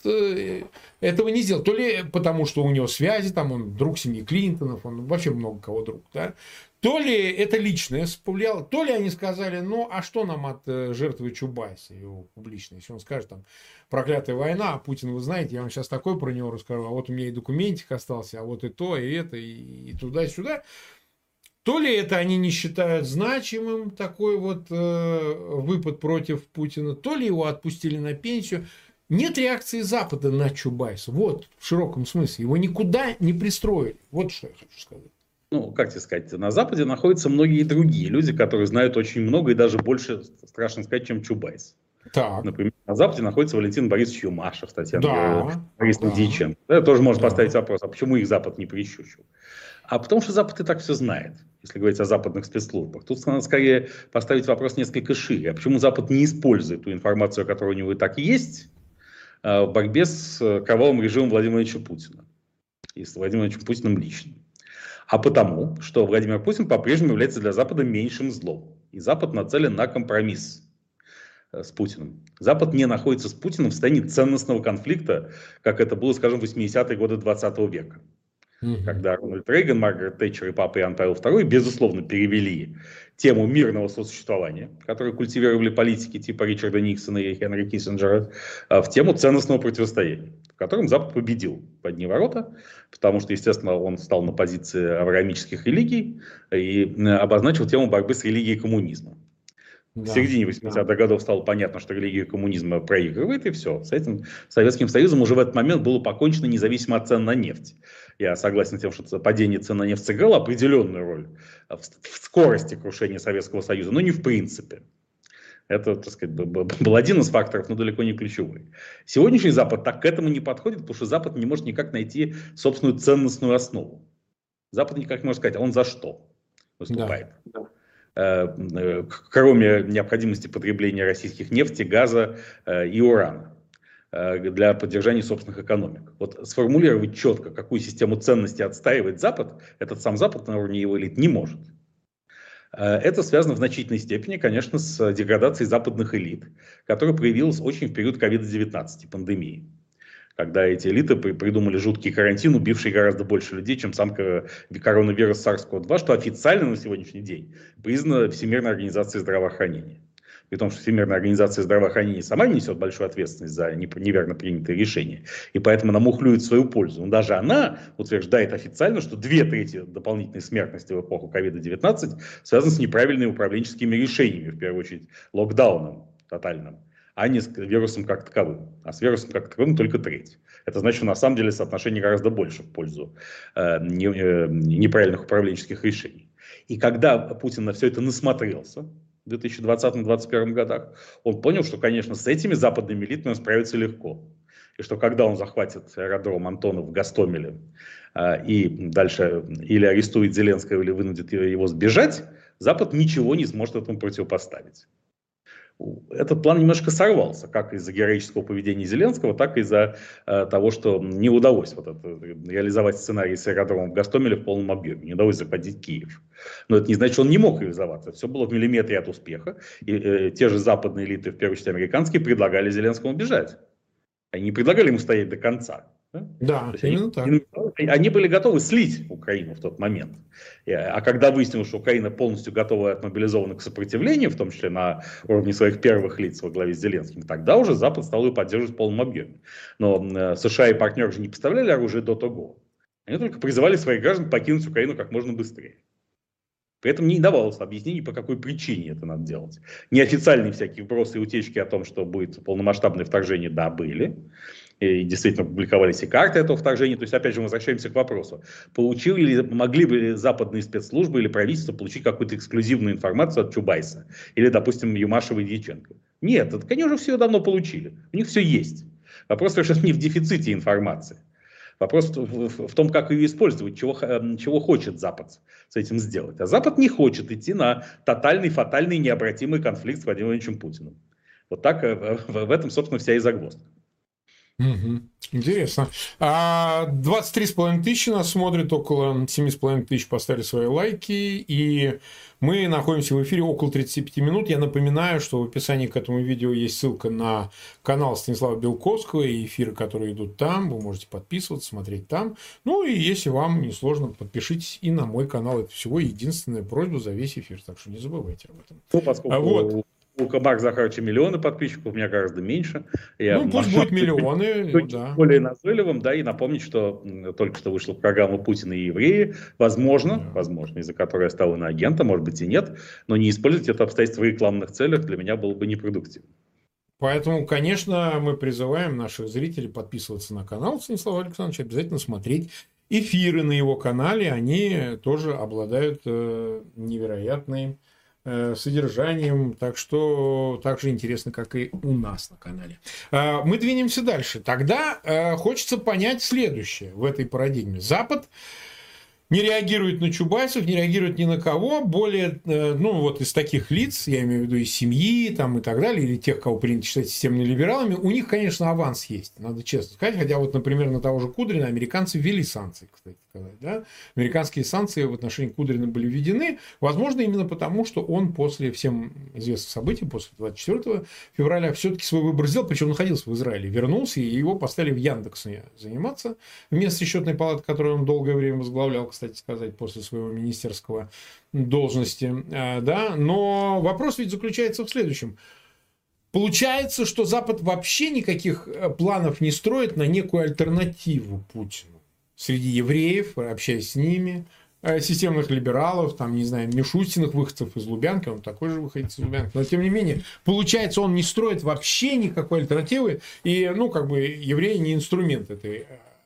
этого не сделал? То ли потому, что у него связи, там он друг семьи Клинтонов, он вообще много кого друг. Да? То ли это личное повлияло, то ли они сказали, ну, а что нам от э, жертвы Чубайса, его публично, если он скажет, там, проклятая война, а Путин, вы знаете, я вам сейчас такой про него расскажу, а вот у меня и документик остался, а вот и то, и это, и, и туда, и сюда. То ли это они не считают значимым, такой вот э, выпад против Путина, то ли его отпустили на пенсию. Нет реакции Запада на Чубайса, вот, в широком смысле, его никуда не пристроили, вот что я хочу сказать. Ну, как тебе сказать, на Западе находятся многие другие люди, которые знают очень много и даже больше, страшно сказать, чем Чубайс. Так. Например, на Западе находится Валентин Борисович Юмашев, Татьяна да, Борисовна да, Дьяченко. Это тоже можно да. поставить вопрос, а почему их Запад не прищучил? А потому что Запад и так все знает, если говорить о западных спецслужбах. Тут надо скорее поставить вопрос несколько шире. А почему Запад не использует ту информацию, которая у него и так есть, в борьбе с кровавым режимом Владимира Владимировича Путина? И с Владимиром Владимировичем Путиным лично. А потому, что Владимир Путин по-прежнему является для Запада меньшим злом. И Запад нацелен на компромисс с Путиным. Запад не находится с Путиным в состоянии ценностного конфликта, как это было, скажем, в восьмидесятые годы двадцатого века. Mm-hmm. Когда Рональд Рейган, Маргарет Тэтчер и папа Иоанн Павел второй, безусловно, перевели тему мирного сосуществования, которую культивировали политики типа Ричарда Никсона и Хенри Киссинджера, в тему ценностного противостояния, в котором Запад победил в одни ворота, потому что, естественно, он встал на позиции авраамических религий и обозначил тему борьбы с религией коммунизма. В да, середине восьмидесятых да. годов стало понятно, что религия коммунизма проигрывает, и все. С этим Советским Союзом уже в этот момент было покончено независимо от цен на нефть. Я согласен с тем, что падение цен на нефть сыграло определенную роль в скорости крушения Советского Союза, но не в принципе. Это, так сказать, был один из факторов, но далеко не ключевой. Сегодняшний Запад так к этому не подходит, потому что Запад не может никак найти собственную ценностную основу. Запад никак не может сказать, а он за что выступает. Да. Кроме необходимости потребления российских нефти, газа и урана для поддержания собственных экономик. Вот сформулировать четко, какую систему ценностей отстаивает Запад, этот сам Запад на уровне его элит не может. Это связано в значительной степени, конечно, с деградацией западных элит, которая проявилась очень в период ковид девятнадцать, пандемии. Когда эти элиты придумали жуткий карантин, убивший гораздо больше людей, чем сам коронавирус SARS ков два, что официально на сегодняшний день признано Всемирной организацией здравоохранения. При том, что Всемирная организация здравоохранения сама несет большую ответственность за неверно принятые решения, и поэтому она мухлюет в свою пользу. Но даже она утверждает официально, что две трети дополнительной смертности в эпоху ковид девятнадцать связаны с неправильными управленческими решениями, в первую очередь локдауном тотальным, а не с вирусом как таковым. А с вирусом как таковым только треть. Это значит, что на самом деле соотношение гораздо больше в пользу э, не, э, неправильных управленческих решений. И когда Путин на все это насмотрелся в две тысячи двадцатом — две тысячи двадцать первом годах, он понял, что, конечно, с этими западными элитами он справится легко. И что когда он захватит аэродром Антонов в Гастомеле э, и дальше или арестует Зеленского, или вынудит его сбежать, Запад ничего не сможет этому противопоставить. Этот план немножко сорвался, как из-за героического поведения Зеленского, так и из-за э, того, что не удалось вот это, реализовать сценарий с аэродромом в Гастомеле в полном объеме, не удалось захватить Киев. Но это не значит, что он не мог реализоваться. Все было в миллиметре от успеха. И э, те же западные элиты, в первую очередь американские, предлагали Зеленскому бежать. Они не предлагали ему стоять до конца. Да, да именно они, так. Они были готовы слить Украину в тот момент. А когда выяснилось, что Украина полностью готова и отмобилизована к сопротивлению, в том числе на уровне своих первых лиц во главе с Зеленским, тогда уже Запад стал ее поддерживать в полном объеме. Но США и партнеры же не поставляли оружие до того. Они только призывали своих граждан покинуть Украину как можно быстрее. При этом не давалось объяснений, по какой причине это надо делать. Неофициальные всякие вбросы и утечки о том, что будет полномасштабное вторжение, да, были. И действительно публиковались и карты этого вторжения. То есть, опять же, мы возвращаемся к вопросу. Получили ли, могли бы западные спецслужбы или правительство получить какую-то эксклюзивную информацию от Чубайса? Или, допустим, Юмашева и Дьяченко? Нет, это, они уже все давно получили. У них все есть. Вопрос совершенно не в дефиците информации. Вопрос в, в том, как ее использовать, чего, чего хочет Запад с этим сделать. А Запад не хочет идти на тотальный, фатальный, необратимый конфликт с Владимиром Владимировичем Путиным. Вот так в, в этом, собственно, вся и загвоздка. Угу. Интересно. А двадцать три с половиной тысячи нас смотрит, около семь с половиной тысяч поставили свои лайки, и мы находимся в эфире около тридцати пяти минут. Я напоминаю, что в описании к этому видео есть ссылка на канал Станислава Белковского и эфиры, которые идут там. Вы можете подписываться, смотреть там. Ну и если вам не сложно, подпишитесь и на мой канал. Это всего единственная просьба за весь эфир, так что не забывайте об этом. Ну, поскольку... А вот. У Марка Захаровича миллионы подписчиков, у меня гораздо меньше. Я ну, пусть будет миллионы. Быть да. более назойливым, да, и напомнить, что только что вышла программа «Путин и евреи». Возможно, да. возможно, из-за которой я стал иноагентом, может быть и нет, но не использовать это обстоятельство в рекламных целях для меня было бы непродуктивно. Поэтому, конечно, мы призываем наших зрителей подписываться на канал Станислава Александровича, обязательно смотреть эфиры на его канале, они тоже обладают э, невероятной содержанием, так что так же интересно, как и у нас на канале. Мы двинемся дальше. Тогда хочется понять следующее в этой парадигме. Запад не реагирует на Чубайсов, не реагирует ни на кого, более, ну, вот из таких лиц, я имею в виду из семьи там, и так далее, или тех, кого принято считать системными либералами, у них, конечно, аванс есть, надо честно сказать, хотя вот, например, на того же Кудрина американцы ввели санкции, кстати сказать, да? Американские санкции в отношении Кудрина были введены, возможно, именно потому, что он после всем известных событий, после двадцать четвёртого февраля, все-таки свой выбор сделал, причем он находился в Израиле, вернулся, и его поставили в Яндексе заниматься, вместо счетной палаты, которую он долгое время возглавлял, кстати сказать, после своего министерского должности, да, но вопрос ведь заключается в следующем. Получается, что Запад вообще никаких планов не строит на некую альтернативу Путину среди евреев, общаясь с ними, системных либералов, там, не знаю, Мишустиных выходцев из Лубянки, он такой же выходец из Лубянки, но тем не менее, получается, он не строит вообще никакой альтернативы, и, ну, как бы, евреи не инструмент этой.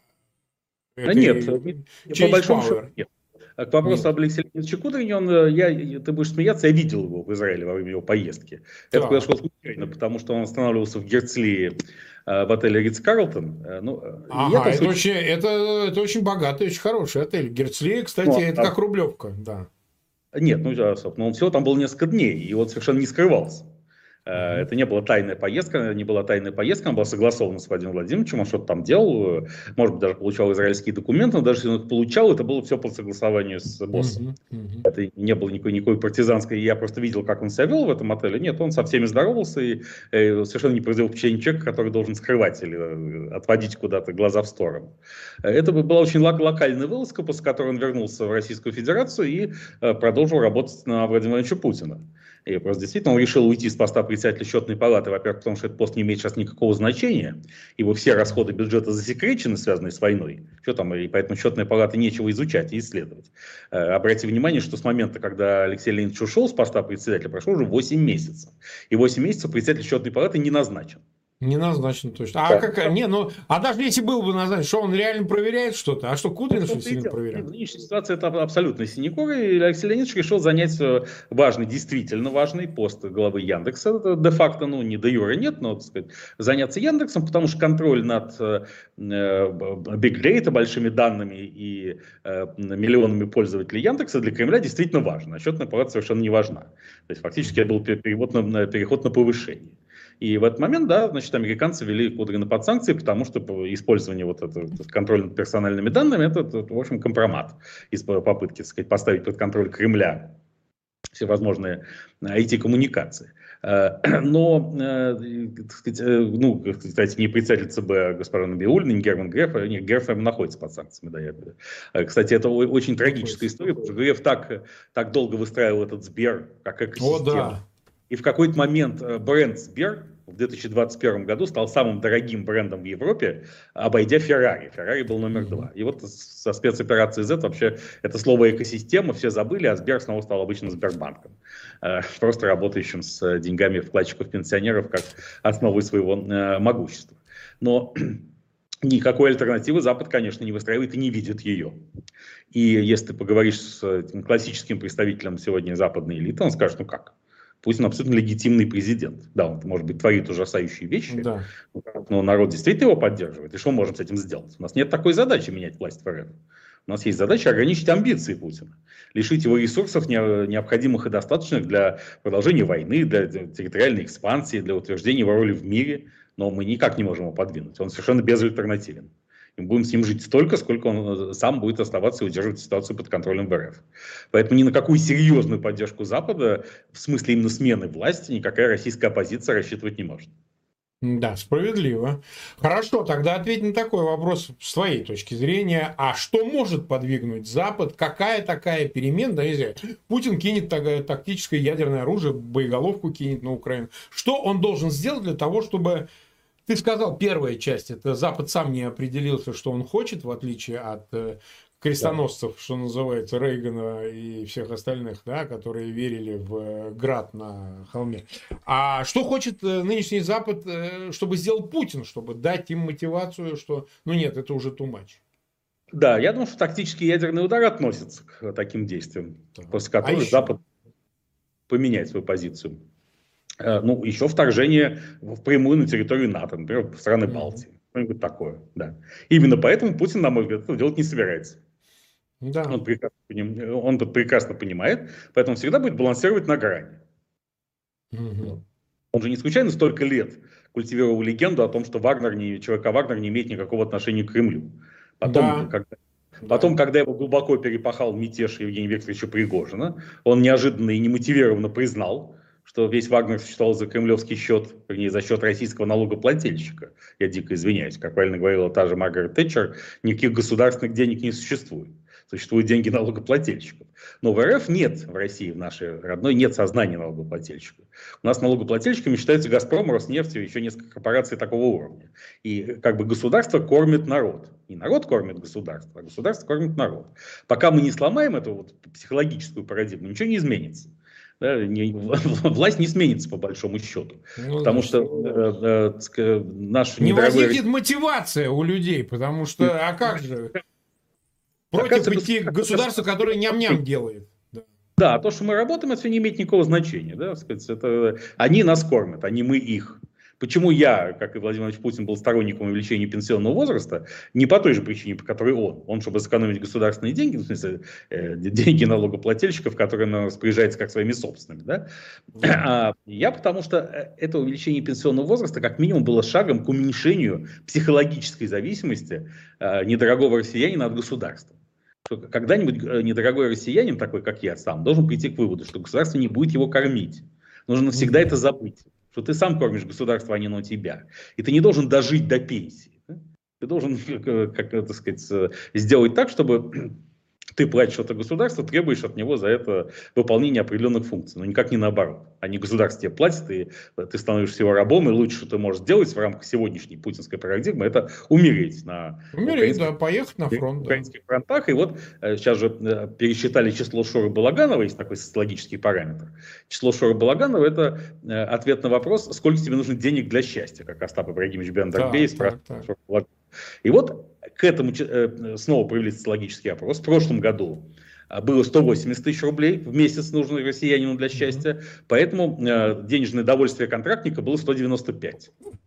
Да нет, по большому счету нет. К вопросу об Алексее Леонидовиче Кудрине, он, я, ты будешь смеяться, я видел его в Израиле во время его поездки. Да. Это произошло случайно, потому что он останавливался в Герцлии в отеле Ридс Карлтон. Ну, ага, это, случай... очень, это, это очень богатый, очень хороший отель. Герцлия, кстати, ну, это а... как Рублевка. Да. Нет, ну, собственно, он всего там был несколько дней, и он совершенно не скрывался. Это не была тайная поездка, не была тайная поездка, она была согласована с Владимиром Владимировичем, он что-то там делал, может быть, даже получал израильские документы, но даже если он их получал, это было все по согласованию с боссом. Uh-huh, uh-huh. Это не было никакой, никакой партизанской, я просто видел, как он себя вел в этом отеле. Нет, он со всеми здоровался и э, совершенно не произвел впечатление человека, который должен скрывать или отводить куда-то глаза в сторону. Это была очень лок- локальная вылазка, после которой он вернулся в Российскую Федерацию и э, продолжил работать на Владимира Владимировича Путина. И просто действительно он решил уйти с поста председателя счетной палаты, во-первых, потому что этот пост не имеет сейчас никакого значения, ибо все расходы бюджета засекречены, связанные с войной, что там, и поэтому счетной палаты нечего изучать и исследовать. Обратите внимание, что с момента, когда Алексей Леонидович ушел с поста председателя, прошло уже восемь месяцев. И восемь месяцев председатель счетной палаты не назначен. Не назначен точно. А, да. как, не, ну, а даже если был бы назначен, что он реально проверяет что-то? А что, Кудрин что сильно проверяет? В нынешней ситуации это абсолютно синекур, и Алексей Леонидович решил занять важный, действительно важный пост главы Яндекса. Это де-факто, ну, не де-юре нет, но, так сказать, заняться Яндексом, потому что контроль над биг-дейта, большими данными и э, миллионами пользователей Яндекса для Кремля действительно важен. А счетная палата совершенно не важна. То есть, фактически, это был переход на, переход на повышение. И в этот момент, да, значит, американцы ввели Кудрина под санкции, потому что использование вот этого контроля над персональными данными, это, это, в общем, компромат из попытки, так сказать, поставить под контроль Кремля всевозможные ай ти-коммуникации. Но, так сказать, ну, кстати, не председатель ЦБ госпожа Набиуллина, не Герман Греф, нет, Греф находится под санкциями, да, я... Кстати, это очень трагическая история, потому что Греф так, так долго выстраивал этот Сбер, как экосистему. О, да. И в какой-то момент бренд Сбер в две тысячи двадцать первом году стал самым дорогим брендом в Европе, обойдя Феррари. Феррари был номер два. И вот со спецоперацией Z вообще это слово экосистема все забыли, а Сбер снова стал обычным Сбербанком. Просто работающим с деньгами вкладчиков-пенсионеров как основой своего могущества. Но никакой альтернативы Запад, конечно, не выстраивает и не видит ее. И если ты поговоришь с классическим представителем сегодня западной элиты, он скажет, ну как? Путин абсолютно легитимный президент. Да, он, может быть, творит ужасающие вещи, да. Но народ действительно его поддерживает. И что мы можем с этим сделать? У нас нет такой задачи менять власть в эр эф. У нас есть задача ограничить амбиции Путина, лишить его ресурсов, необходимых и достаточных для продолжения войны, для территориальной экспансии, для утверждения его роли в мире. но мы никак не можем его подвинуть. Он совершенно безальтернативен. И мы будем с ним жить столько, сколько он сам будет оставаться и удерживать ситуацию под контролем в РФ. Поэтому ни на какую серьезную поддержку Запада, в смысле именно смены власти, никакая российская оппозиция рассчитывать не может. Да, справедливо. Хорошо, тогда ответь на такой вопрос с твоей точки зрения. А что может подвигнуть Запад? Какая такая перемена? Да, нельзя. Путин кинет такое тактическое ядерное оружие, боеголовку кинет на Украину. Что он должен сделать для того, чтобы... Ты сказал, первая часть, это Запад сам не определился, что он хочет, в отличие от крестоносцев, да, что называется, Рейгана и всех остальных, да, которые верили в град на холме. А что хочет нынешний Запад, чтобы сделал Путин, чтобы дать им мотивацию, что, ну нет, это уже too much? Да, я думаю, что тактический ядерный удар относится к таким действиям, да, после которых а Запад поменяет свою позицию. Ну, еще вторжение впрямую на территорию НАТО, например, в страны Балтии. Что-нибудь такое, да. Именно поэтому Путин, на мой взгляд, этого делать не собирается. Да. Он, прекрасно, он это прекрасно понимает, поэтому всегда будет балансировать на грани. Угу. Он же не случайно столько лет культивировал легенду о том, что Вагнер не, ЧВК Вагнер не имеет никакого отношения к Кремлю. Потом, да. когда, потом, да. когда его глубоко перепахал мятеж Евгения Викторовича Пригожина, он неожиданно и немотивированно признал, что весь Вагнер существовал за кремлевский счет, вернее, за счет российского налогоплательщика. Я дико извиняюсь, как правильно говорила та же Маргарет Тэтчер, никаких государственных денег не существует. Существуют деньги налогоплательщиков. Но в РФ нет, в России, в нашей родной, нет сознания налогоплательщиков. У нас налогоплательщиками считаются «Газпром», «Роснефть» и еще несколько корпораций такого уровня. И как бы государство кормит народ. Не народ кормит государство, а государство кормит народ. Пока мы не сломаем эту вот психологическую парадигму, ничего не изменится. Да, не, власть не сменится по большому счету. Ну, потому что э, э, наш не недорогой... возникнет мотивация у людей, потому что, а как же, против идти к государству, которое ням-ням делает. Да. да, то, что мы работаем, это все не имеет никакого значения. Да, сказать, это, они нас кормят, а не мы их. Почему я, как и Владимир Владимирович Путин, был сторонником увеличения пенсионного возраста, не по той же причине, по которой он. Он, чтобы сэкономить государственные деньги, в смысле, э, деньги налогоплательщиков, которыми он распоряжается как своими собственными. Да? А я потому что это увеличение пенсионного возраста как минимум было шагом к уменьшению психологической зависимости э, недорогого россиянина от государства. Когда-нибудь недорогой россиянин, такой как я сам, должен прийти к выводу, что государство не будет его кормить. Нужно навсегда это забыть. Что ты сам кормишь государство, а не оно тебя. И ты не должен дожить до пенсии. Ты должен, как, так сказать, сделать так, чтобы ты платишь это государство, требуешь от него за это выполнение определенных функций. Но никак не наоборот. А не государство тебе платит, и ты становишься его рабом, и лучше, что ты можешь сделать в рамках сегодняшней путинской парадигмы, это умереть на умереть, да, поехать на фронт, украинских да. фронтах. И вот сейчас же пересчитали число Шора-Балаганова, есть такой социологический параметр. Число Шора-Балаганова — это ответ на вопрос, сколько тебе нужно денег для счастья, как Остап Ибрагимович Бендербей спрашивает. И вот к этому снова появился социологический опрос. В прошлом году было сто восемьдесят тысяч рублей в месяц нужно россиянину для счастья, mm-hmm. поэтому денежное довольствие контрактника было сто девяносто пять.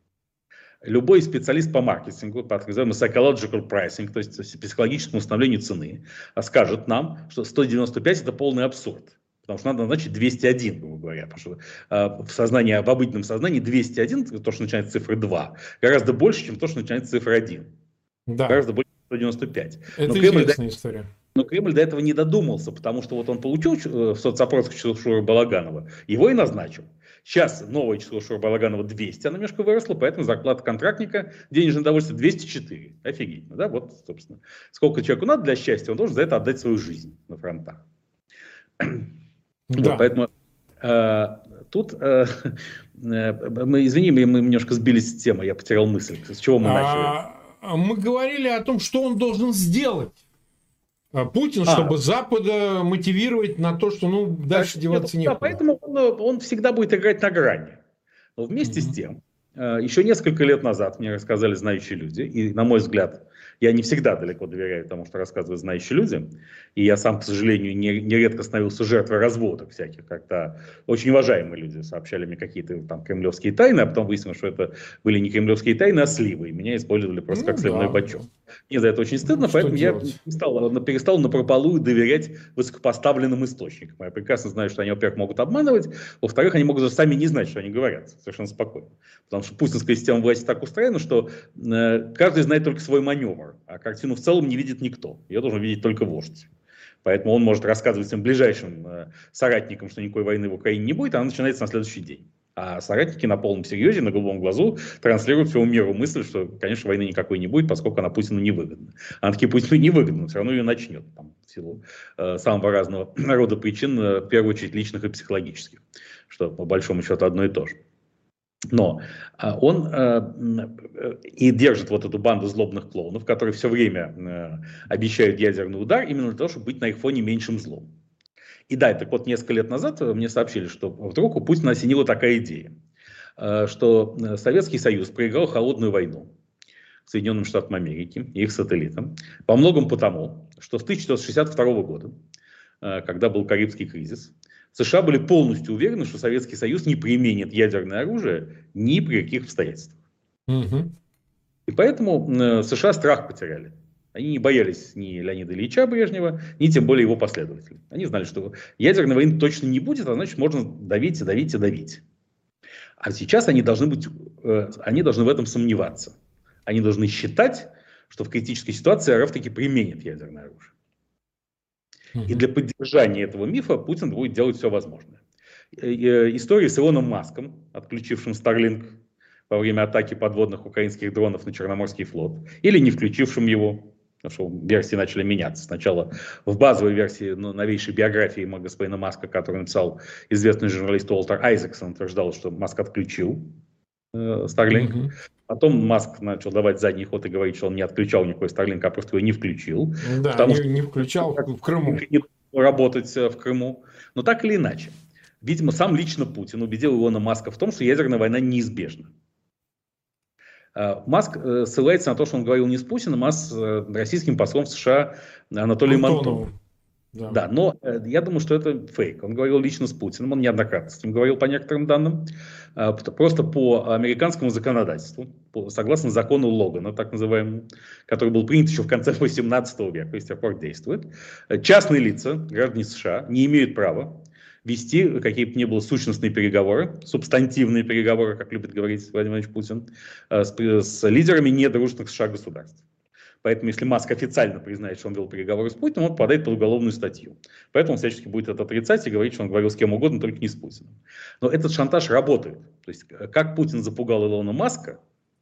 Любой специалист по маркетингу, по так называемому psychological pricing, то есть психологическому установлению цены, скажет нам, что сто девяносто пять это полный абсурд. Потому что надо назначить двести один, грубо говоря. Потому что э, в, сознании, в обыденном сознании двести один, то, что начинается с цифры два, гораздо больше, чем то, что начинается с цифры один. Да. Гораздо больше, чем сто девяносто пять. Это но интересная Кремль, история. Но Кремль до этого не додумался, потому что вот он получил в соцопросах число Шора-Балаганова, его и назначил. Сейчас новое число Шора-Балаганова двести, оно немножко выросло, поэтому зарплата контрактника, денежное довольствие двести четыре. Офигительно, да? Вот, собственно, сколько человеку надо для счастья, он должен за это отдать свою жизнь на фронтах. Да. Вот, поэтому э, тут, э, э, мы, извини, мы немножко сбились с темы, я потерял мысль. С чего мы начали? А, мы говорили о том, что он должен сделать, Путин, а, чтобы Запада мотивировать на то, что ну, дальше да, деваться некуда. Да, поэтому он, он всегда будет играть на грани. Но вместе mm-hmm. с тем, э, еще несколько лет назад мне рассказали знающие люди, и, на мой взгляд, я не всегда далеко доверяю тому, что рассказывают знающие люди. И я сам, к сожалению, не, нередко становился жертвой разводов всяких, когда очень уважаемые люди сообщали мне какие-то там кремлевские тайны, а потом выяснилось, что это были не кремлевские тайны, а сливы. И меня использовали просто ну, как сливной да. бачок. Мне за это очень стыдно, ну, поэтому делать? я перестал, перестал напропалую доверять высокопоставленным источникам. Я прекрасно знаю, что они, во-первых, могут обманывать, во-вторых, они могут сами не знать, что они говорят, совершенно спокойно. Потому что путинская система власти так устроена, что э, каждый знает только свой маневр, а картину в целом не видит никто. Ее должен видеть только вождь. Поэтому он может рассказывать своим ближайшим э, соратникам, что никакой войны в Украине не будет, а она начинается на следующий день. А соратники на полном серьезе, на голубом глазу транслируют всему миру мысль, что, конечно, войны никакой не будет, поскольку она Путину невыгодна. Она таки Путину невыгодна, но все равно ее начнет. Там, в силу э, самого разного рода причин, э, в первую очередь личных и психологических. Что, по большому счету, одно и то же. Но э, он э, и держит вот эту банду злобных клоунов, которые все время э, обещают ядерный удар, именно для того, чтобы быть на их фоне меньшим злом. И да, так вот, несколько лет назад мне сообщили, что вдруг у Путина осенила такая идея, что Советский Союз проиграл холодную войну Соединенным Штатам Америки и их сателлитам, во многом потому, что с тысяча девятьсот шестьдесят второго года, когда был Карибский кризис, США были полностью уверены, что Советский Союз не применит ядерное оружие ни при каких обстоятельствах. Угу. И поэтому США страх потеряли. Они не боялись ни Леонида Ильича Брежнева, ни тем более его последователей. Они знали, что ядерной войны точно не будет, а значит можно давить и давить и давить. А сейчас они должны быть, э, они должны в этом сомневаться. Они должны считать, что в критической ситуации РФ таки применит ядерное оружие. И для поддержания этого мифа Путин будет делать все возможное. История с Илоном Маском, отключившим Starlink во время атаки подводных украинских дронов на Черноморский флот, или не включившим его, потому что версии начали меняться. Сначала в базовой версии ну, новейшей биографии господина Маска, который написал известный журналист Уолтер Айзексон, утверждал, что Маск отключил э, Starlink. Mm-hmm. Потом Маск начал давать задний ход и говорить, что он не отключал никакой Starlink, а просто его не включил. Да, потому не, что не включал в Крыму. Не работать в Крыму. Но так или иначе. Видимо, сам лично Путин убедил Илона Маска в том, что ядерная война неизбежна. Маск ссылается на то, что он говорил не с Путиным, а с российским послом в США Анатолием Антоновым. Да. да, но я думаю, что это фейк. Он говорил лично с Путиным, он неоднократно с ним говорил по некоторым данным. Просто по американскому законодательству, согласно закону Логана, так называемому, который был принят еще в конце восемнадцатого века, и с тех пор действует, частные лица, граждане США, не имеют права вести какие бы ни было сущностные переговоры, субстантивные переговоры, как любит говорить Владимир Владимирович Путин, с, с лидерами недружных США государств. Поэтому, если Маск официально признает, что он вел переговоры с Путиным, он попадает под уголовную статью. Поэтому он всячески будет это отрицать и говорить, что он говорил с кем угодно, только не с Путиным. Но этот шантаж работает. То есть, как Путин запугал Илона Маска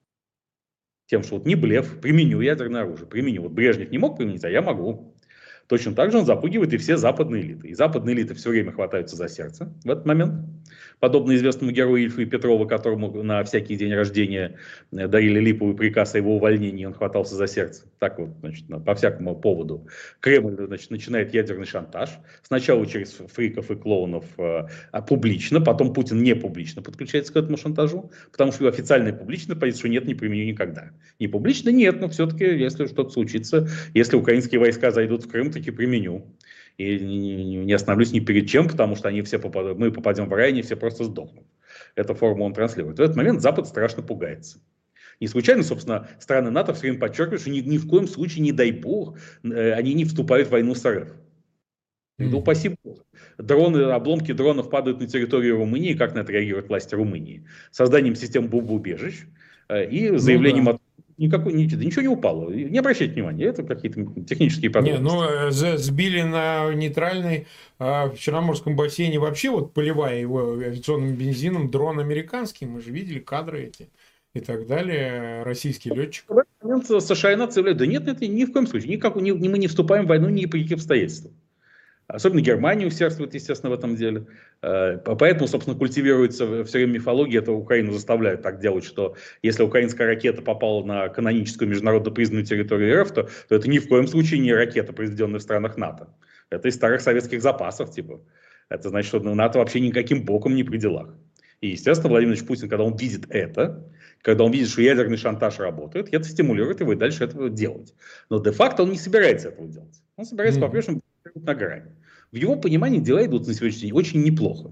тем, что вот не блеф, применю ядерное оружие, применю. Вот Брежнев не мог применить, а я могу. Точно так же он запугивает и все западные элиты. И западные элиты все время хватаются за сердце в этот момент. Подобно известному герою Ильфу и Петрова, которому на всякий день рождения дарили липовый приказ о его увольнении, он хватался за сердце. Так вот, значит, по всякому поводу. Кремль, значит, начинает ядерный шантаж. Сначала через фриков и клоунов а, а публично, потом Путин не публично подключается к этому шантажу, потому что его официальная публичная позиция, что нет, не применю никогда. Не публично нет, но все-таки, если что-то случится, если украинские войска зайдут в Крым, таки применю. И не, не, не остановлюсь ни перед чем, потому что они все попадут, мы попадем в рай, они все просто сдохнут. Эту форму он транслирует. В этот момент Запад страшно пугается. Не случайно, собственно, страны НАТО все время подчеркивают, что ни, ни в коем случае, не дай бог, э, они не вступают в войну с РФ. Mm-hmm. Да упаси бог. Дроны, обломки дронов падают на территорию Румынии. Как на это реагируют власти Румынии? Созданием систем бомбоубежищ э, и заявлением mm-hmm. о Никакой, ничего не упало. Не обращайте внимания, это какие-то технические подробности. Не, ну, сбили на нейтральной а, в Черноморском бассейне вообще, вот поливая его авиационным бензином, дрон американский. Мы же видели кадры эти и так далее. Российский летчик. В этот момент США и НАТО заявляют, да нет, нет, ни в коем случае. Никак, ни, мы не вступаем в войну ни при каких обстоятельствах. Особенно Германия усердствует, естественно, в этом деле. Поэтому, собственно, культивируется все время мифология, это Украину заставляют так делать, что если украинская ракета попала на каноническую международно признанную территорию РФ, то, то это ни в коем случае не ракета, произведенная в странах НАТО. Это из старых советских запасов, типа. Это значит, что НАТО вообще никаким боком не при делах. И, естественно, Владимир Владимирович Путин, когда он видит это, когда он видит, что ядерный шантаж работает, это стимулирует его и дальше этого делать. Но де-факто он не собирается этого делать. Он собирается mm-hmm. по-прежнему на грани. В его понимании дела идут на сегодняшний день очень неплохо.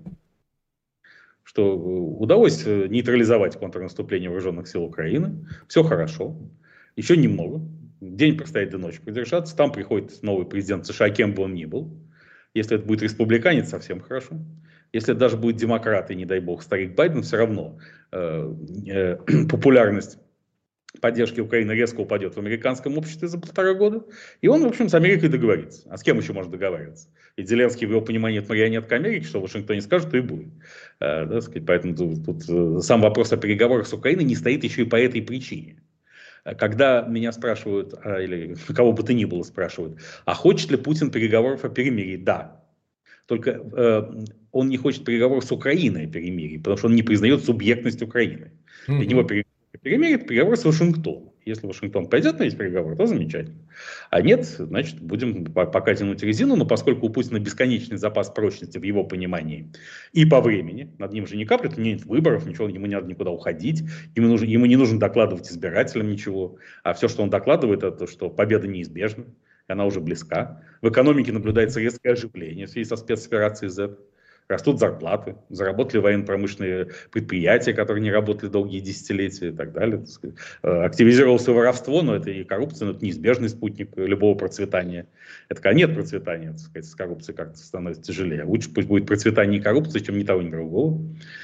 Что удалось нейтрализовать контрнаступление вооруженных сил Украины. Все хорошо. Еще немного. день простоять до ночи продержаться, там приходит новый президент США, кем бы он ни был. Если это будет республиканец, совсем хорошо. Если это даже будет демократ, и не дай бог старик Байден, все равно э, э, популярность поддержки Украины резко упадет в американском обществе за полтора года. И он, в общем, с Америкой договорится. А с кем еще можно договариваться? И Зеленский, в его понимании, это марионетка Америки, что в Вашингтоне скажет, то и будет. А, да, сказать, поэтому тут, тут сам вопрос о переговорах с Украиной не стоит еще и по этой причине. Когда меня спрашивают, или кого бы то ни было спрашивают, а хочет ли Путин переговоров о перемирии? Да. Только э, он не хочет переговоров с Украиной о перемирии, потому что он не признает субъектность Украины. Mm-hmm. Для него переговоры о перемирии – это переговоры с Вашингтоном. Если Вашингтон пойдет на эти переговоры, то замечательно. А нет, значит, будем пока тянуть резину. Но поскольку у Путина бесконечный запас прочности в его понимании и по времени, над ним же не каплет, нет выборов, ничего, ему не надо никуда уходить, ему, нужно, ему не нужно докладывать избирателям ничего. А все, что он докладывает, это то, что победа неизбежна, и она уже близка. В экономике наблюдается резкое оживление в связи со спецоперацией зет. Растут зарплаты, заработали военно-промышленные предприятия, которые не работали долгие десятилетия и так далее. Активизировалось воровство, но это и коррупция, но это неизбежный спутник любого процветания. Это когда нет процветания, так сказать, с коррупцией как-то становится тяжелее. Лучше пусть будет процветание и коррупция, чем ни того, ни другого.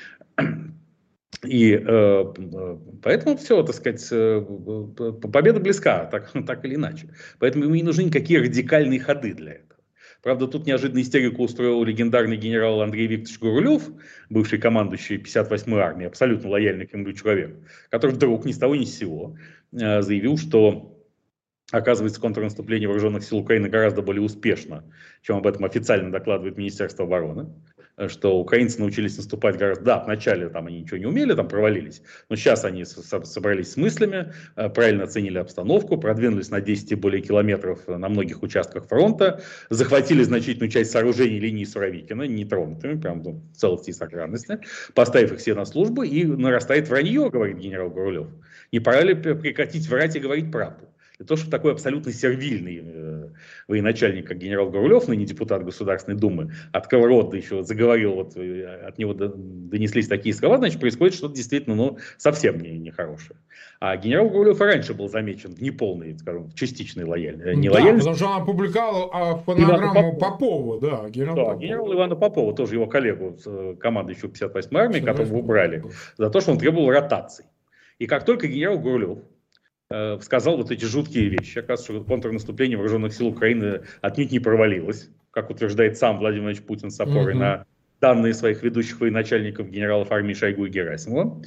И э, поэтому все, так сказать, э, победа близка, так, так или иначе. Поэтому ему не нужны никакие радикальные ходы для этого. Правда, тут неожиданно истерику устроил легендарный генерал Андрей Викторович Гурулев, бывший командующий пятьдесят восьмой армией, абсолютно лояльный к Кремлю человек, который вдруг ни с того ни с сего э, заявил, что, оказывается, контрнаступление вооруженных сил Украины гораздо более успешно, чем об этом официально докладывает Министерство обороны. Что украинцы научились наступать гораздо... Да, вначале там они ничего не умели, там провалились, но сейчас они со- собрались с мыслями, правильно оценили обстановку, продвинулись на десять и более километров на многих участках фронта, захватили значительную часть сооружений линии Суровикина, нетронутыми, прям в целости и сохранности, поставив их все на службу, и нарастает вранье, говорит генерал Гурулев. Не пора ли прекратить врать и говорить правду? Для того, чтобы такой абсолютно сервильный э, военачальник, как генерал Гурулев, ныне депутат Государственной Думы, открыл рот, да еще заговорил, вот, э, от него до, донеслись такие слова, значит, происходит что-то действительно ну, совсем не, нехорошее. А генерал Гурулев и раньше был замечен в неполной, скажем, в частичной лояльности. Да, потому что он опубликовал а, фонограмму Попова. Да, генерал, да, Попова. Генерал Ивана Попова, тоже его коллегу, командующего пятьдесят восьмой армией, которого убрали за то, что он требовал ротации. И как только генерал Гурулев сказал вот эти жуткие вещи. Оказывается, что контрнаступление вооруженных сил Украины отнюдь не провалилось, как утверждает сам Владимир Владимирович Путин с опорой mm-hmm. на данные своих ведущих военачальников генералов армии Шойгу и Герасимова,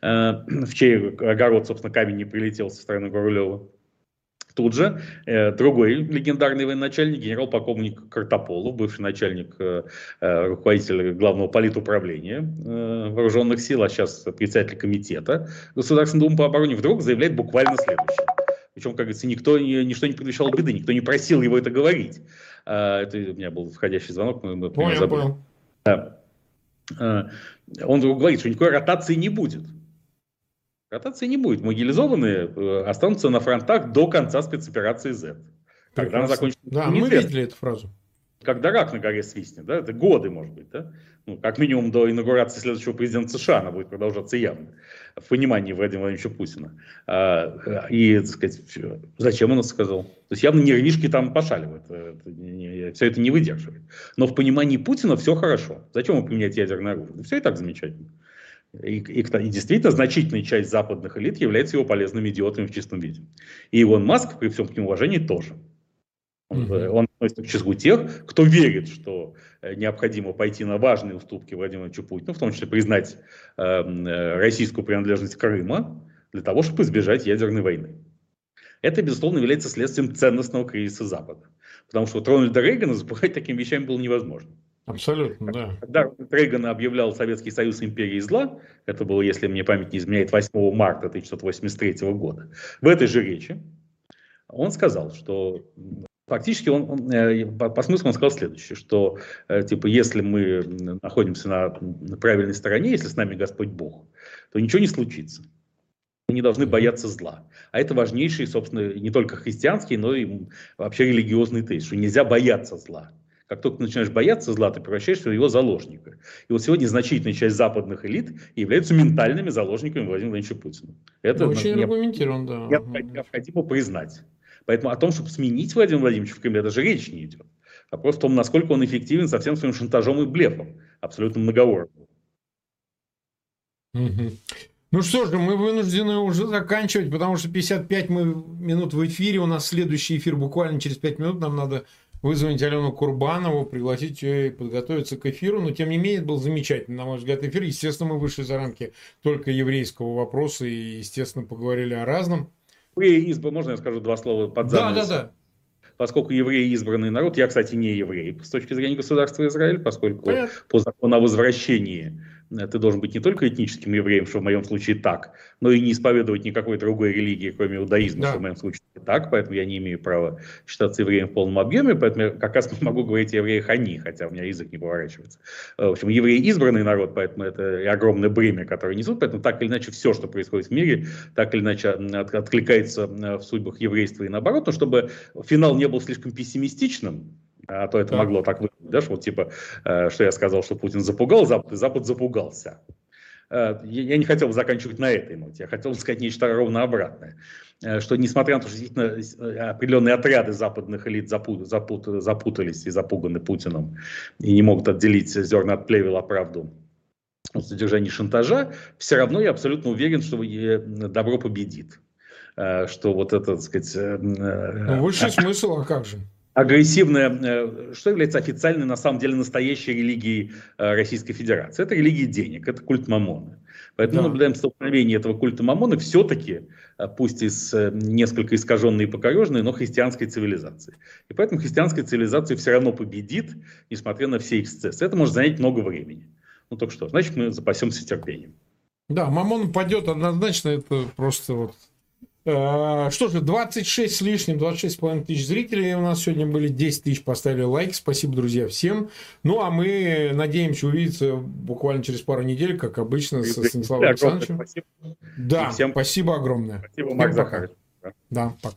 в чей огород, собственно, камень не прилетел со стороны Гурулева. Тут же э, другой легендарный военачальник, генерал-полковник Картополов, бывший начальник, э, руководитель главного политуправления э, вооруженных сил, а сейчас председатель комитета Государственной Думы по обороне, вдруг заявляет буквально следующее. Причем, как говорится, никто, ничто не предвещало беды, никто не просил его это говорить. А, это у меня был входящий звонок, мы, мы понял, забыли. понял. Да. А, он вдруг говорит, что никакой ротации не будет. Ротации не будет. Мобилизованные э, останутся на фронтах до конца спецоперации зет. Когда она закончится. Да, мы видели эту фразу. Когда рак на горе свистнет, да, это годы, может быть, да. Ну, как минимум до инаугурации следующего президента США она будет продолжаться явно, в понимании Владимира Владимировича Путина. А, и, так сказать, зачем он это сказал? То есть явно нервишки там пошаливают, это не, все это не выдерживает. Но в понимании Путина все хорошо. Зачем ему применять ядерное оружие? Все и так замечательно. И, и, и действительно, значительная часть западных элит является его полезными идиотами в чистом виде. И Илон Маск, при всем к нему уважении, тоже. Он, mm-hmm. он относится к числу тех, кто верит, что необходимо пойти на важные уступки Владимиру Владимировичу Путину, в том числе признать э, российскую принадлежность Крыма, для того, чтобы избежать ядерной войны. Это, безусловно, является следствием ценностного кризиса Запада. Потому что вот Рональда Рейгана запугать такими вещами было невозможно. Абсолютно, да. Когда Рейган объявлял Советский Союз империей зла, это было, если мне память не изменяет, восьмого марта тысяча девятьсот восемьдесят третьего года, в этой же речи он сказал, что фактически он, он, по, по смыслу он сказал следующее, что типа если мы находимся на, на правильной стороне, если с нами Господь Бог, то ничего не случится. Мы не должны бояться зла. А это важнейший, собственно, не только христианский, но и вообще религиозный тезис, что нельзя бояться зла. Как только ты начинаешь бояться зла, ты превращаешься в его заложника. И вот сегодня значительная часть западных элит являются ментальными заложниками Владимира Владимировича Путина. Это очень аргументирован, да. Необходимо признать. Поэтому о том, чтобы сменить Владимира Владимировича в Кремле, даже речи не идет. Вопрос в том, насколько он эффективен со всем своим шантажом и блефом, абсолютно многоуровневым. Угу. Ну что ж, мы вынуждены уже заканчивать, потому что пятьдесят пять мы, минут в эфире. У нас следующий эфир буквально через пять минут. Нам надо вызвать Алену Курбанову, пригласить ее и подготовиться к эфиру. Но, тем не менее, это был замечательный, на мой взгляд, эфир. Естественно, мы вышли за рамки только еврейского вопроса и, естественно, поговорили о разном. Евреи избраны, можно я скажу два слова под занавес? Да, да, да. Поскольку евреи избранный народ, я, кстати, не еврей с точки зрения государства Израиль, поскольку Понятно. По закону о возвращении ты должен быть не только этническим евреем, что в моем случае так, но и не исповедовать никакой другой религии, кроме иудаизма, да. Что в моем случае так, поэтому я не имею права считаться евреем в полном объеме, поэтому я как раз могу говорить о евреях они, хотя у меня язык не поворачивается. В общем, евреи избранный народ, поэтому это и огромное бремя, которое несут, поэтому так или иначе все, что происходит в мире, так или иначе откликается в судьбах еврейства и наоборот, но чтобы финал не был слишком пессимистичным, а то это да. могло так выглядеть, да, что вот типа, э, что я сказал, что Путин запугал Запад, и Запад запугался. Э, я не хотел бы заканчивать на этой ноте, я хотел бы сказать нечто ровно обратное, э, что несмотря на то, что действительно определенные отряды западных элит запут, запут, запутались и запуганы Путиным, и не могут отделить зерна от плевела правду от содержания шантажа, все равно я абсолютно уверен, что добро победит. Э, что вот это, так сказать... Э, ну, высший смысл, а как же? Агрессивная, что является официальной, на самом деле, настоящей религией Российской Федерации. Это религия денег, это культ Мамона. Поэтому да. мы наблюдаем столкновение этого культа Мамона все-таки, пусть и с несколько искаженной и покорежной, но христианской цивилизации. И поэтому христианская цивилизация все равно победит, несмотря на все эксцессы. Это может занять много времени. Ну так что, значит, мы запасемся терпением. Да, Мамон падет однозначно, это просто вот... Что же, двадцать шесть с лишним, двадцать шесть с половиной тысяч зрителей у нас сегодня были, десять тысяч поставили лайк. Спасибо, друзья, всем. Ну, а мы надеемся увидеться буквально через пару недель, как обычно, со Станиславом Александровичем. Спасибо. Да, всем... спасибо огромное. Спасибо, Марк Захарович. Да, пока.